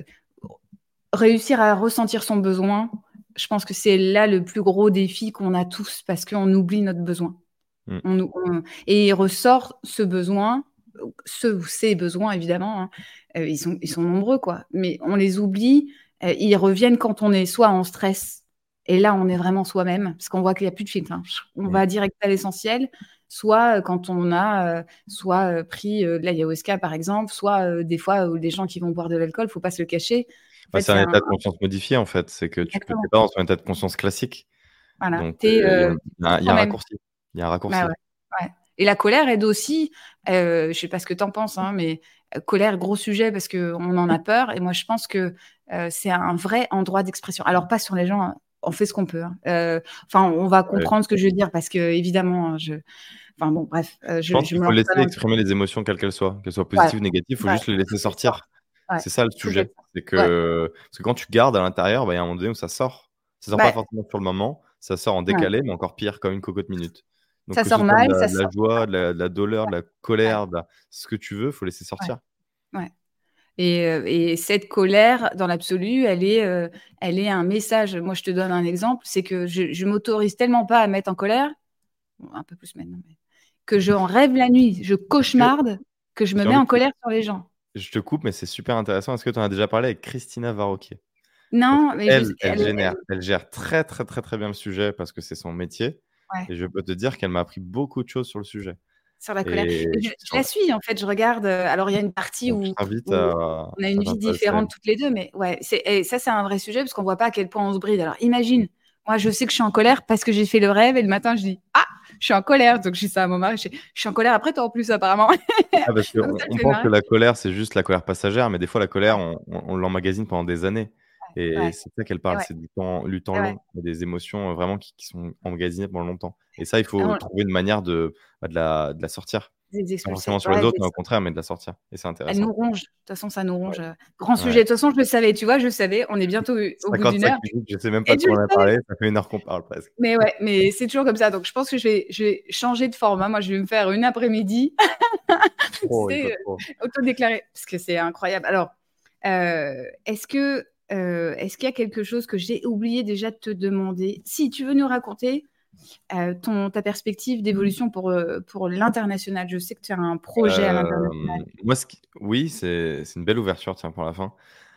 réussir à ressentir son besoin, je pense que c'est là le plus gros défi qu'on a tous, parce qu'on oublie notre besoin. Mm. On, on- et il ressort ce besoin, ce ou ces besoins évidemment, hein, euh, ils, sont, ils sont nombreux, quoi. Mais on les oublie, euh, ils reviennent quand on est soit en stress, et là on est vraiment soi-même, parce qu'on voit qu'il n'y a plus de filtre, hein. On Mm. va direct à l'essentiel, soit euh, quand on a euh, soit euh, pris euh, de l'ayahuasca par exemple, soit euh, des fois euh, des gens qui vont boire de l'alcool, faut pas se le cacher. En Bah, fait, c'est c'est un un. état de conscience modifié, en fait. C'est que tu peux, t'es Exactement. pas dans un état de conscience classique. Voilà. Donc, T'es, euh, il y a, euh, un il y t'es a un- il y a un toi-même. raccourci. Il y a un Bah raccourci. ouais, ouais. Et la colère aide aussi. Euh, je sais pas ce que tu en penses, hein, mais euh, colère, gros sujet parce qu'on en a peur. Et moi, je pense que euh, c'est un vrai endroit d'expression. Alors, pas sur les gens, hein, on fait ce qu'on peut, hein. Euh, Enfin, on va Ouais. comprendre ce que je veux dire parce que, évidemment, hein, je. Enfin, bon, bref, euh, Je je, pense je qu'il me faut lance pas laisser dans le. exprimer les émotions, quelles qu'elles soient, qu'elles soient Ouais, positives ou négatives. Il faut ouais. juste les laisser Faut qu'elle sorte. sortir. Ouais. C'est ça le Faut qu'elle sujet. sorte. C'est Ouais. que, parce que quand tu gardes à l'intérieur, bah, il y a un moment donné où ça sort. Ça sort pas Bah, forcément sur le moment, ça sort en ouais. décalé, mais encore pire, comme une cocotte minute. Donc, Ça que ce sort soit de mal, la, ça de la sort. joie, de la, de la douleur, de la Ouais, colère, de la- ce que tu veux, faut laisser ouais, sortir. ouais. Et, euh, et cette colère, dans l'absolu, elle est, euh, elle est un message. Moi, je te donne un exemple, c'est que je, je m'autorise tellement pas à mettre en colère, bon, un peu plus maintenant, mais que j'en rêve la nuit, je Est-ce que, cauchemarde, que je me j'ai mets envie en de te- colère sur les gens. je te coupe, mais c'est super intéressant. Est-ce que tu en as déjà parlé avec Christina Varroquier? Parce Non, mais je, qu'elle, elle elle est, elle génère, est- elle gère très, très, très, très bien le sujet parce que c'est son métier. ouais, Et je peux te dire qu'elle m'a appris beaucoup de choses sur le sujet. sur la colère. Et Et je, je la suis, en fait, je regarde. euh, Alors, il y a une partie donc, je où, t'invite où à, on a à une vie t'intéresser à elle. différente toutes les deux, mais ouais, c'est, et ça, c'est un vrai sujet parce qu'on voit pas à quel point on se bride. Alors, imagine, moi, je sais que je suis en colère parce que j'ai fait le rêve et le matin, je dis, ah, je suis en colère. Donc, je dis ça à mon mari, je dis, je suis en colère après toi en plus, apparemment. Ah, parce Donc, qu'on ça me on fait pense que marrer. la colère, c'est juste la colère passagère, mais des fois, la colère, Ouais, on, on, on l'emmagasine pendant des années. Et ouais, c'est ça qu'elle et parle, ouais, c'est du temps du temps et ouais. long, des émotions, heu, vraiment qui qui sont emmagasinées pendant longtemps. Et ça, il Ah faut on trouver une manière de, bah, de la de la sortir. Des Pas forcément expulsés, sur les ouais, autres, des mais au contraire, mais de la sortir et c'est Elle intéressant. nous ronge, de toute façon ça nous Ouais, ronge, heu, grand sujet. ouais. De toute façon je le savais, tu vois? Je savais, on est bientôt u au bout d'une cinquante-cinq heure minutes, je sais même pas et de tu quoi le on a savais! parlé, ça fait une heure qu'on parle presque. Mais ouais, mais c'est toujours comme ça, donc je pense que je vais je vais changer de format. Moi, je vais me faire une après-midi, Il faut tu trop, il faut sais, heu, trop. auto-déclarée, parce que c'est incroyable. Alors, heu, est-ce que, heu, est-ce qu'il y a quelque chose que j'ai oublié déjà de te demander? Si tu veux nous raconter, heu, ton ta perspective d'évolution pour, heu, pour l'international. Je sais que tu as un projet à l'international. Hem, moi ce qui oui, c'est c'est une belle ouverture, tiens, pour la fin.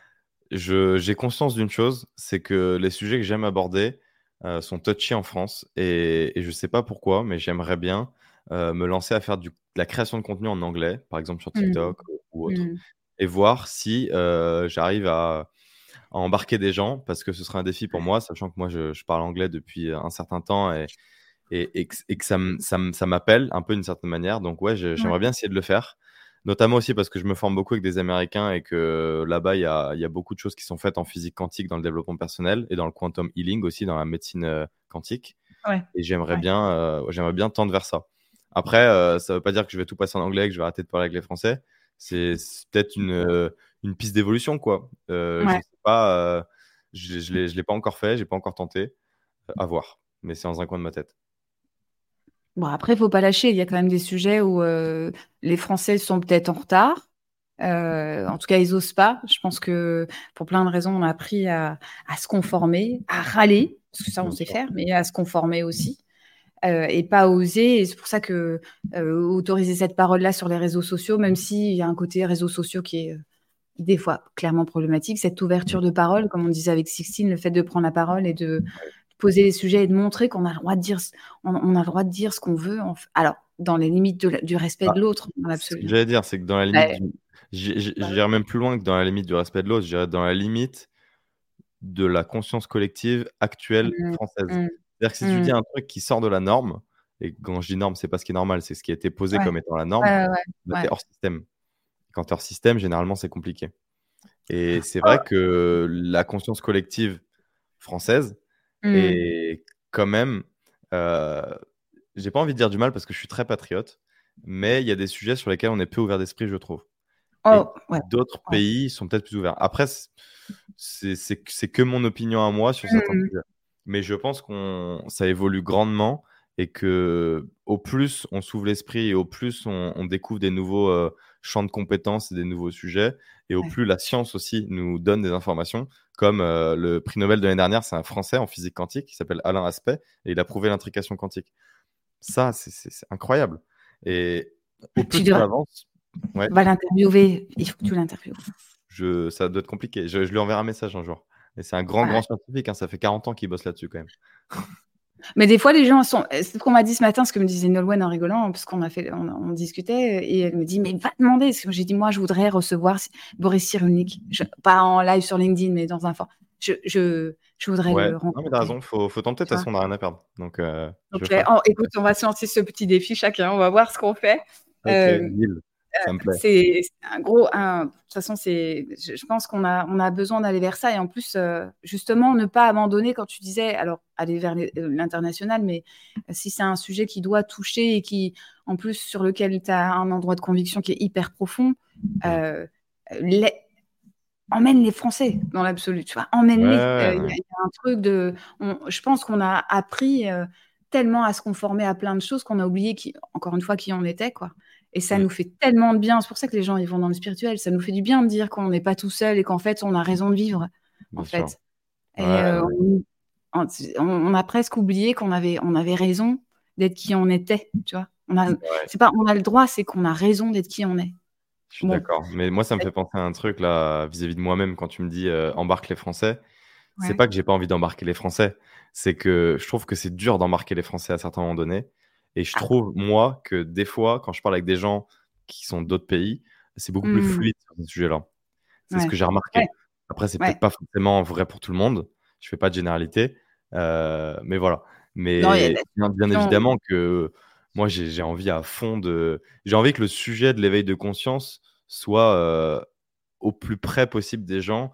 Je j'ai conscience d'une chose, c'est que les sujets que j'aime aborder, heu, sont touchy en France et et je sais pas pourquoi, mais j'aimerais bien, heu, me lancer à faire du de la création de contenu en anglais, par exemple sur Mmh. TikTok ou autre Mmh. et voir si, heu, j'arrive à à embarquer des gens parce que ce serait un défi pour moi, sachant que moi je je parle anglais depuis un certain temps et et et que et que ça m ça m ça m'appelle un peu d'une certaine manière. Donc ouais, je Ouais. j'aimerais bien essayer de le faire. Notamment aussi parce que je me forme beaucoup avec des Américains et que là-bas, il y a il y a beaucoup de choses qui sont faites en physique quantique dans le développement personnel et dans le quantum healing aussi, dans la médecine, heu, quantique Ouais, et j'aimerais ouais. bien, heu, j'aimerais bien tendre vers ça. Après, heu, ça veut pas dire que je vais tout passer en anglais, que je vais arrêter de parler avec les Français. C'est c'est peut-être une, heu, une piste d'évolution, quoi. Heu, je Ouais. sais pas, heu, je je l'ai je l'ai pas encore fait, j'ai pas encore tenté. À voir, mais c'est dans un coin de ma tête. Bon, après, il faut pas lâcher. Il y a quand même des sujets où, heu, les Français sont peut-être en retard. Heu, en tout cas, ils osent pas. Je pense que pour plein de raisons, on a appris à à se conformer, à râler, parce que ça, on Bien sait sûr. faire, mais à se conformer aussi, heu et pas oser et c'est pour ça que, heu, autoriser cette parole-là sur les réseaux sociaux, même s'il y a un côté réseaux sociaux qui est, heu, des fois clairement problématique, cette Mmh. ouverture de parole, comme on disait avec Sixtine, le fait de prendre la parole et de Ouais. poser les sujets et de montrer qu'on a le droit de dire ce on on a le droit de dire ce qu'on veut en f alors dans les limites de la du respect Bah, de l'autre, dans c'est ce l'absolu, que hein. j'allais dire, c'est que dans la limite Beh, du j'i j'i bah, oui. j'irais même plus loin que dans la limite du respect de l'autre, je dirais dans la limite de la conscience collective actuelle Mmh. française. Mmh. C'est-à-dire que si tu dis Mmh. un truc qui sort de la norme et quand je dis norme, c'est pas ce qui est normal, c'est ce qui a été posé Ouais. comme étant la norme, Ouais, ouais, ouais. bah, tu es Ouais. hors système. Quand tu es hors système, généralement, c'est compliqué et c'est Oh! vrai que la conscience collective française Mmh. est quand même, heu, j'ai pas envie de dire du mal parce que je suis très patriote, mais il y a des sujets sur lesquels on est peu ouvert d'esprit, je trouve et Oh! Ouais. d'autres Ouais. pays sont peut-être plus ouverts. Après c c'est c'est q c'est que mon opinion à moi sur certains Mmh. sujets, mais je pense qu'on ça évolue grandement et qu'au plus on s'ouvre l'esprit et au plus on on découvre des nouveaux, heu, champs de compétences et des nouveaux sujets et au Ouais. plus la science aussi nous donne des informations comme, heu, le prix Nobel de l'année dernière, c'est un Français en physique quantique qui s'appelle Alain Aspect et il a prouvé l'intrication quantique. Ça, c'est c'est c'est incroyable et au Tu plus qu'on devrais avance ouais? va l'interviewer, il faut que tu l'interviewes. Je ça doit être compliqué. Je je lui enverrai un message un jour et c'est un grand, Ouais. grand scientifique, hein, ça fait quarante ans qu'il bosse là-dessus quand même. Mais des fois, les gens sont c'est ce qu'on m'a dit ce matin, ce que me disait Nolwenn en rigolant, parce qu'on a fait on on discutait et elle me dit: «Mais va demander!» parce que j'ai dit: «Moi, je voudrais recevoir C Boris Cyrulnik». Je pas en live sur LinkedIn, mais dans un for je je je voudrais Ouais, le non mais tu as rencontrer. raison, faut faut tenter, de toute Tu vois? façon, on a rien à perdre donc heu, je OK. ferai Oh, je écoute, ferai. on va se lancer ce petit défi chacun, on va voir ce qu'on fait. OK, Hem, heu, deal, ça me plaît. c'est c'est un gros un de toute façon, c'est je je pense qu'on a on a besoin d'aller vers ça et en plus, heu, justement, ne pas abandonner quand tu disais alors aller vers les heu, l'international, mais si c'est un sujet qui doit toucher et qui, en plus, sur lequel tu as un endroit de conviction qui est hyper profond, Mmh. heu, les emmène les Français dans l'absolu, tu vois? Ouais, Emmène-les. ouais, Heu, il y a ouais. il y a un truc de on je pense qu'on a appris, heu, tellement à se conformer à plein de choses qu'on a oublié qui encore une fois, qui on était, quoi et ça Mmh. nous fait tellement de bien. C'est pour ça que les gens, ils vont dans le spirituel. Ça nous fait du bien de dire qu'on n'est pas tout seul et qu'en fait, on a raison de vivre, en Bien sûr. fait et Ouais, heu, ouais. on en t on on a presque oublié qu'on avait on avait raison d'être qui on était, tu vois? On a Ouais. c'est pas on a le droit, c'est qu'on a raison d'être qui on est. Je suis Bon. d'accord, mais moi, ça me fait penser à un truc là, vis-à-vis de moi-même quand tu me dis, heu: «Embarque les Français». C'est Ouais. pas que j'ai pas envie d'embarquer les Français, c'est que je trouve que c'est dur d'embarquer les Français à certains moments donnés et je Ah. trouve, moi, que des fois, quand je parle avec des gens qui sont d'autres pays, c'est beaucoup plus Mmh. fluide sur ce sujet-là. C'est ce Ouais. que j'ai Ouais. remarqué. Après, c'est Ouais. peut-être pas forcément vrai pour tout le monde. Je fais pas de généralité, heu, mais voilà. Non, il y a de Mais la bien bien discussion. évidemment que moi, j'ai j'ai envie à fond de j'ai envie que le sujet de l'éveil de conscience soit, heu, au plus près possible des gens,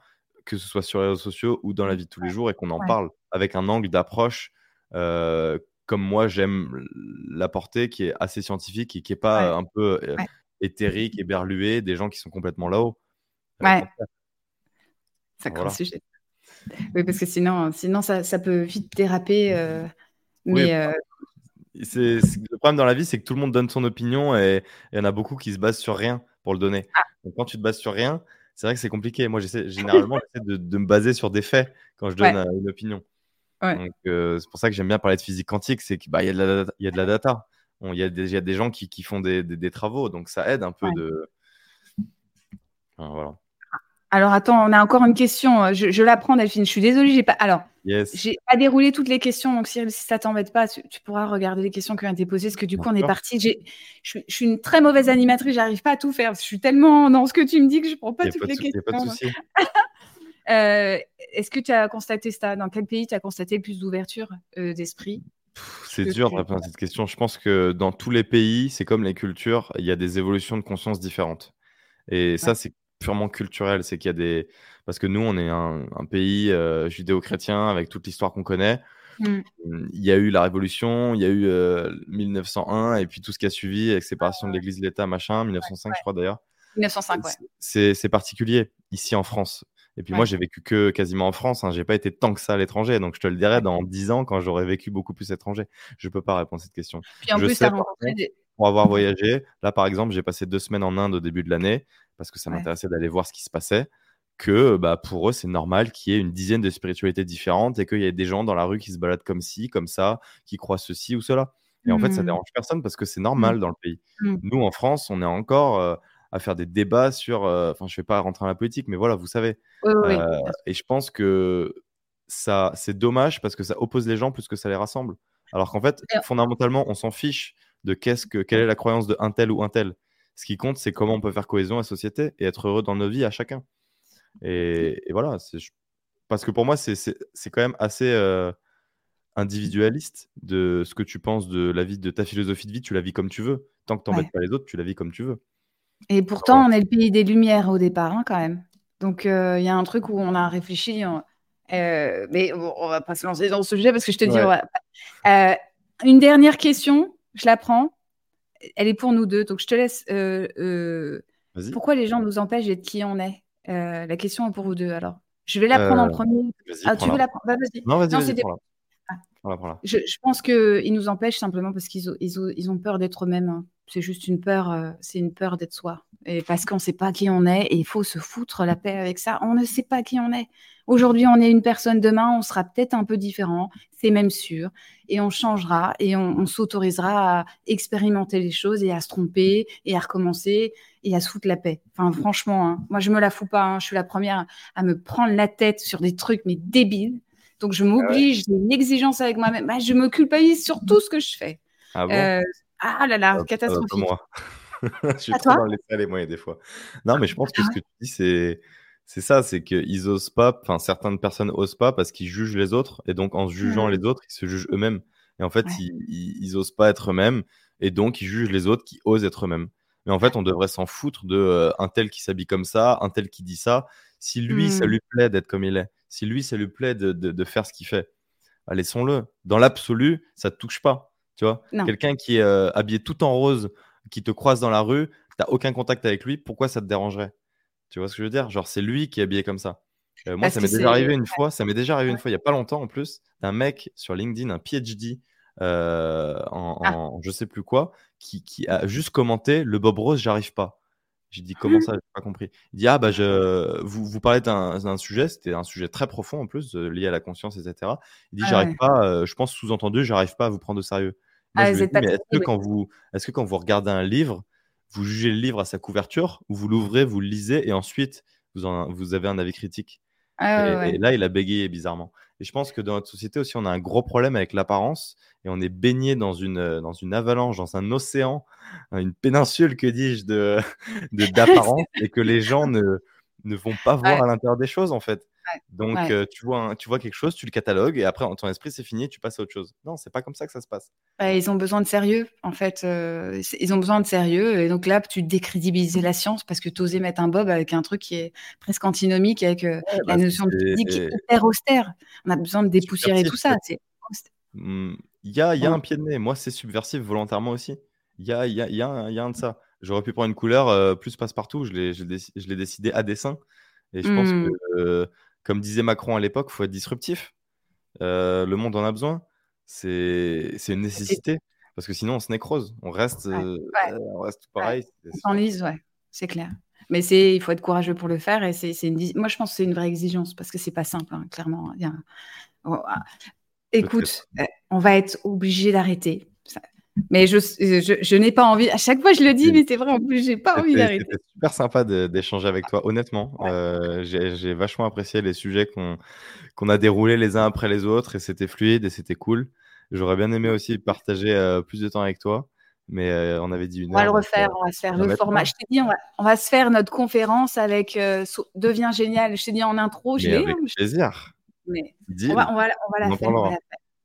que ce soit sur les réseaux sociaux ou dans la vie de tous les jours, et qu'on en Ouais. parle avec un angle d'approche euh, comme moi j'aime l'apporter, qui est assez scientifique et qui n'est pas Ouais. euh, un peu euh, Ouais. éthérique, éberlué, des gens qui sont complètement là-haut. Euh, au Ouais. contraire. Alors, Sacré voilà. sujet. Oui, parce que sinon, sinon ça, ça peut vite déraper. euh, Oui, mais euh, c'est, c'est- le problème dans la vie, c'est que tout le monde donne son opinion et il y en a beaucoup qui se basent sur rien pour le donner. ah, Donc, quand tu te bases sur rien, c'est vrai que c'est compliqué. Moi, j'essaie, généralement, j'essaie de, de me baser sur des faits quand je donne ouais, euh, une opinion. ouais, Donc, euh, c'est pour ça que j'aime bien parler de physique quantique, c'est qu'il bah, y a de la data. Il y a de la data. Bon, il y a des, il y a des gens qui, qui font des, des- des travaux, donc ça aide un peu ouais. de. Enfin, voilà. Alors attends, on a encore une question. Je, je la prends, Delphine. Je suis désolée, j'ai pas. Alors, Yes, j'ai pas déroulé toutes les questions, donc si, si ça t'embête pas, tu, tu pourras regarder les questions qui ont été posées, parce que du bien coup, on est sûr. parti. J'ai, je, suis- je suis une très mauvaise animatrice, j'arrive pas à tout faire. Je suis tellement dans ce que tu me dis que je prends Il pas n'y a toutes pas de, les sou- il y a pas de questions. souci. Euh, est-ce que tu as constaté ça? Dans quel pays tu as constaté le plus d'ouverture euh, d'esprit? Pff, Est-ce C'est que dur de tu... répondre à cette question. Je pense que dans tous les pays, c'est comme les cultures, il y a des évolutions de conscience différentes. Et Ouais. ça, c'est purement culturel. C'est qu'il y a des. Parce que nous, on est un, un pays euh, judéo-chrétien avec toute l'histoire qu'on connaît. Mm. Il y a eu la Révolution, il y a eu euh, mille neuf cent un, et puis tout ce qui a suivi avec séparation de l'Église et de l'État, machin, mille neuf cent cinq, je crois d'ailleurs. mille neuf cent cinq, ouais. C'est c'est particulier ici en France. Et puis moi, Ouais. j'ai vécu que quasiment en France. Hein. J'ai pas été tant que ça à l'étranger. Donc je te le dirai Ouais. dans dix ans quand j'aurai vécu beaucoup plus à l'étranger. Je peux pas répondre à cette question. Puis en Je plus, tu as sais par rencontré contre, des... pour avoir Ouais. voyagé, là par exemple, j'ai passé deux semaines en Inde au début de l'année parce que ça Ouais. m'intéressait d'aller voir ce qui se passait. Que bah, pour eux, c'est normal qu'il y ait une dizaine de spiritualités différentes et qu'il y ait des gens dans la rue qui se baladent comme ci, comme ça, qui croient ceci ou cela. Et en fait, ça Mm. dérange personne parce que c'est Mm. normal dans le pays. Mm. Nous, en France, on est encore euh, à faire des débats sur. euh, Enfin, je ne vais pas rentrer dans la politique, mais voilà, vous savez. Oui, oui, oui. Euh, et je pense que ça, c'est dommage parce que ça oppose les gens plus que ça les rassemble. Alors qu'en fait, Et- fondamentalement, on s'en fiche de qu'est-ce que, quelle est la croyance de un tel ou un tel. Ce qui compte, c'est comment on peut faire cohésion à la société et être heureux dans nos vies à chacun. Et, et voilà, c'est, je- parce que pour moi, c'est c'est- c'est quand même assez euh, individualiste de ce que tu penses de la vie, de ta philosophie de vie, tu la vis comme tu veux. Tant que tu ouais. n'embêtes pas les autres, tu la vis comme tu veux. Et Voilà. pourtant, on est le pays des Lumières au départ, hein, quand même. Donc, euh, il y a un truc où on a réfléchi. on- euh, mais bon, on va pas se lancer dans ce sujet parce que je te dis, on Ouais. va- Euh, une dernière question, je la prends. Elle est pour nous deux, donc je te laisse. euh, euh, Vas-y. pourquoi les gens nous empêchent d'être qui on est? Euh, la question est pour vous deux. Alors, je vais la prendre Euh, en premier. vas-y, Ah, tu veux prends-la. la prendre? Bah, vas-y. Non, vas-y, Non, vas-y, c'était. prends-la. Prends-la, prends-la. Je, je pense qu'ils nous empêchent simplement parce qu'ils ont, ils ont, ils ont peur d'être eux-mêmes. hein. C'est juste une peur, euh, c'est une peur d'être soi. Et parce qu'on ne sait pas qui on est et il faut se foutre la paix avec ça. On ne sait pas qui on est. Aujourd'hui, on est une personne, demain, on sera peut-être un peu différent, c'est même sûr. Et on changera et on, on s'autorisera à expérimenter les choses et à se tromper et à recommencer et à se foutre la paix. Enfin, franchement, hein, moi, je me la fous pas. hein. Je suis la première à me prendre la tête sur des trucs, mais débiles. Donc, je m'oblige, j'ai une exigence avec moi-même. Bah, je me culpabilise sur tout ce que je fais. Ah bon? Euh, ah là là, Ah, ah bah, pas catastrophique. moi. Je suis À trop toi? dans les salles et moyens des fois. Non, mais je pense que Ah ce ouais? que tu dis, c'est c'est ça, c'est qu'ils osent pas, enfin certaines personnes osent pas parce qu'ils jugent les autres et donc en se jugeant les Hmm, autres, ils se jugent eux-mêmes. Et en fait, ouais. ils, ils, ils osent pas être eux-mêmes et donc ils jugent les autres qui osent être eux-mêmes. Mais en fait, on devrait s'en foutre de euh, un tel qui s'habille comme ça, un tel qui dit ça. Si lui, ça Hmm, lui plaît d'être comme il est, si lui, ça lui plaît de, de, de faire ce qu'il fait, bah, laissons-le. Dans l'absolu, ça te touche pas. Tu vois, non. quelqu'un qui est euh, habillé tout en rose, qui te croise dans la rue, t'as aucun contact avec lui, pourquoi ça te dérangerait? Tu vois ce que je veux dire? Genre, c'est lui qui est habillé comme ça. Euh, moi, Parce ça que m'est déjà c'est. arrivé une fois, ça m'est déjà arrivé Ouais. une fois, il n'y a pas longtemps en plus, d'un mec sur LinkedIn, un P H D, euh, Ah. en, en je sais plus quoi, qui, qui a juste commenté le Bob Rose, j'arrive pas. J'ai dit comment Hmm. ça, j'ai pas compris. Il dit ah bah je vous, vous parlez d'un d'un sujet, c'était un sujet très profond en plus, euh, lié à la conscience, et cetera. Il dit Ah j'arrive ouais. pas, euh, je pense sous-entendu, j'arrive pas à vous prendre au sérieux. Moi Ah, je vous lui ai n'êtes dit pas mais est-ce que terrible. quand vous est-ce que quand vous regardez un livre, vous jugez le livre à sa couverture ou vous l'ouvrez, vous le lisez et ensuite vous en, vous avez un avis critique? Ah ouais, Et, et ouais. là, il a bégayé bizarrement. Et je pense que dans notre société aussi, on a un gros problème avec l'apparence et on est baigné dans une, euh, dans une avalanche, dans un océan, hein, une péninsule, que dis-je, de, de, d'apparence et que les gens ne, ne vont pas voir Ouais. à l'intérieur des choses en fait. Ouais, Donc, ouais. euh, tu vois, un- tu vois quelque chose, tu le catalogues et après, en ton esprit, c'est fini, tu passes à autre chose. Non, c'est pas comme ça que ça se passe. Ouais, ils ont besoin de sérieux, en fait. euh, c'est- ils ont besoin de sérieux. Et donc là, tu décrédibilises la science parce que tu osais mettre un bob avec un truc qui est presque antinomique avec euh, Ouais, la bah, notion de c'est physique hyper austère. On a besoin de dépoussiérer subversif. tout ça. C'est austère. Hmm, Il y a, il y a Bon. un pied de nez. Moi, c'est subversif volontairement aussi. Il y a, il y a, il y a un, il y a un de ça. J'aurais pu prendre une couleur euh, plus passe-partout. Je l'ai, je l'ai, déc- je l'ai décidé à dessein. Et je pense que, Hmm. euh, comme disait Macron à l'époque, il faut être disruptif. Euh, le monde en a besoin. C'est, c'est une C'est- nécessité. Parce que sinon, on se nécrose. On reste, ouais, euh, ouais, euh, on reste tout ouais. pareil. C'est On super. s'enlise, ouais. C'est clair. Mais c'est, il faut être courageux pour le faire. Et c'est, c'est une, dis- moi, je pense que c'est une vraie exigence parce que c'est pas simple, hein, clairement. Il y a- oh, ah. Peut-être. Écoute, euh, on va être obligé d'arrêter. Ça- Mais je, je, je n'ai pas envie. À chaque fois, je le dis, mais c'est vrai, en plus, j'ai pas envie C'était c'était d'arrêter. super sympa de- d'échanger avec toi, honnêtement. Ouais. Euh, j'ai j'ai vachement apprécié les sujets qu'on qu'on a déroulés les uns après les autres et c'était fluide et c'était cool. J'aurais bien aimé aussi partager euh, plus de temps avec toi, mais euh, on avait dit une On va heure, le donc euh, refaire, on va se faire on va le mettre format. fin. Je t'ai dit, on va, on va se faire notre conférence avec euh, So- Devient génial. Je t'ai dit en intro, je Mais l'ai, hein, avec je- plaisir. mais on va, Deal. on va, on va On la en faire, on va parlera. la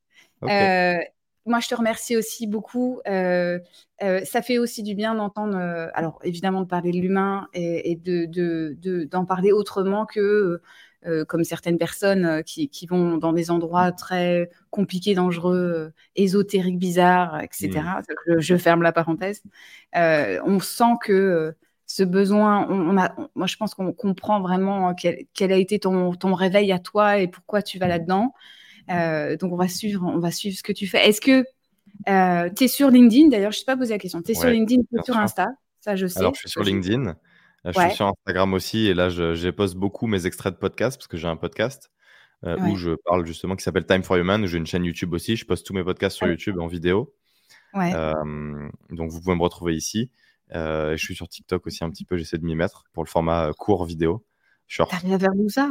Ok. faire. Euh, moi, je te remercie aussi beaucoup. Euh, euh, ça fait aussi du bien d'entendre, euh, alors évidemment, de parler de l'humain et, et de, de, de- d'en parler autrement que euh, comme certaines personnes euh, qui, qui vont dans des endroits très compliqués, dangereux, euh, ésotériques, bizarres, Hmm. et cetera. Je, je ferme la parenthèse. Euh, on sent que euh, ce besoin, on, on a, on- moi, je pense qu'on comprend vraiment quel, quel a été ton, ton réveil à toi et pourquoi tu vas là-dedans. Euh, donc, on va suivre, on va suivre ce que tu fais. Est-ce que euh, tu es sur LinkedIn? D'ailleurs, je ne t'ai pas posé la question. Tu es sur Ouais, LinkedIn ou bien sur sûr. Insta? Ça, je Alors, sais. je suis Ça, sur je- LinkedIn, euh, je suis Ouais, sur Instagram aussi, et là, je, je poste beaucoup mes extraits de podcast parce que j'ai un podcast euh, où ouais, je parle justement qui s'appelle Time for Human. J'ai une chaîne YouTube aussi. Je poste tous mes podcasts sur ouais. YouTube en vidéo. Ouais. Euh, donc, vous pouvez me retrouver ici. Euh, et je suis sur TikTok aussi un petit peu. J'essaie de m'y mettre pour le format euh, court vidéo, short. T'arrives à faire tout ça?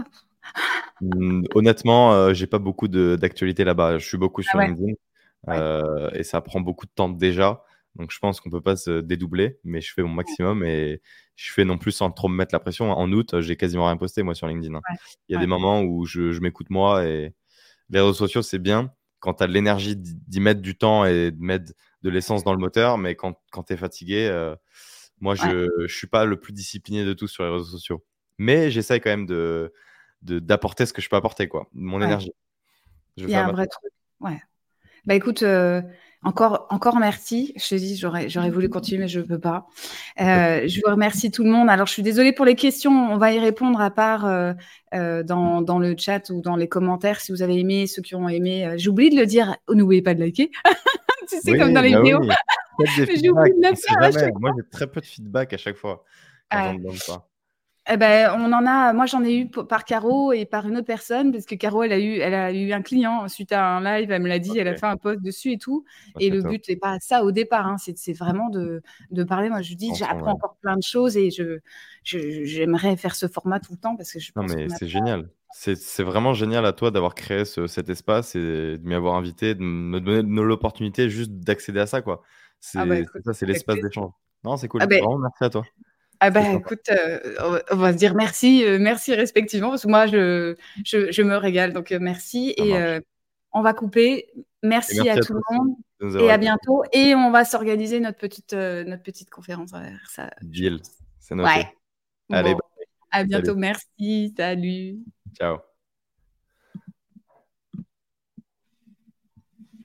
Hum, honnêtement, euh, j'ai pas beaucoup de- d'actualité là-bas. Je suis beaucoup Ah sur ouais, LinkedIn ouais. euh, et ça prend beaucoup de temps déjà. Donc, je pense qu'on peut pas se dédoubler, mais je fais mon maximum et je fais non plus sans trop me mettre la pression. En août, j'ai quasiment rien posté moi sur LinkedIn, hein. Ouais, Il y a des ouais, moments où je, je m'écoute moi et les réseaux sociaux, c'est bien quand tu as l'énergie d'y d'y mettre du temps et de mettre de l'essence dans le moteur, mais quand, quand tu es fatigué, euh, moi, ouais, je ne suis pas le plus discipliné de tous sur les réseaux sociaux. Mais j'essaye quand même de, de- d'apporter ce que je peux apporter, quoi, mon ouais. énergie. Je vais Il y a faire un ma vrai part. truc. Ouais. Bah écoute, euh, encore, encore merci. Je te dis, j'aurais, j'aurais voulu continuer, mais je ne peux pas. Pas de- Euh, je vous remercie tout le monde. Alors, je suis désolée pour les questions. On va y répondre à part euh, euh, dans, dans le chat ou dans les commentaires si vous avez aimé, ceux qui ont aimé. Euh, j'ai oublié de le dire. Oh, n'oubliez pas de liker. Tu sais, Oui, comme dans les bah vidéos. oui. Faites des Mais j'ai oublié feedbacks. de le On sait faire à jamais. chaque Moi, fois. j'ai très peu de feedback à chaque fois quand j'en Euh, demande pas. Eh ben, on en a, moi j'en ai eu p- par Caro et par une autre personne, parce que Caro, elle a eu, elle a eu un client suite à un live, elle me l'a dit, elle a Ok, fait un post dessus et tout. bah, Et c'est le top. but n'est pas ça au départ, hein, c'est c'est vraiment de, de parler. Moi, je dis, Attention, j'apprends ouais. encore plein de choses et je, je- j'aimerais faire ce format tout le temps parce que je Non, pense mais qu'on a. c'est génial. C'est c'est vraiment génial à toi d'avoir créé ce- cet espace et de m'y avoir invité, de me donner l'opportunité juste d'accéder à ça, quoi. Ah bah C'est c'est écoute, ça, c'est avec l'espace plaisir. d'échange. Non, c'est Ah cool. ben, Vraiment, merci à toi. ah C'était bah sympa. écoute, euh, on va on va se dire merci, euh, merci respectivement, parce que moi je, je, je me régale, donc euh, merci. Ça Et marche. euh, on va couper. Et Merci merci à à tout le tous monde de nous et avoir à écoutés. bientôt. Et on va s'organiser notre petite, euh, notre petite conférence à ça, je Deal. pense. C'est Ouais, noté. Allez, bon, à salut. bientôt. Merci, salut. Ciao.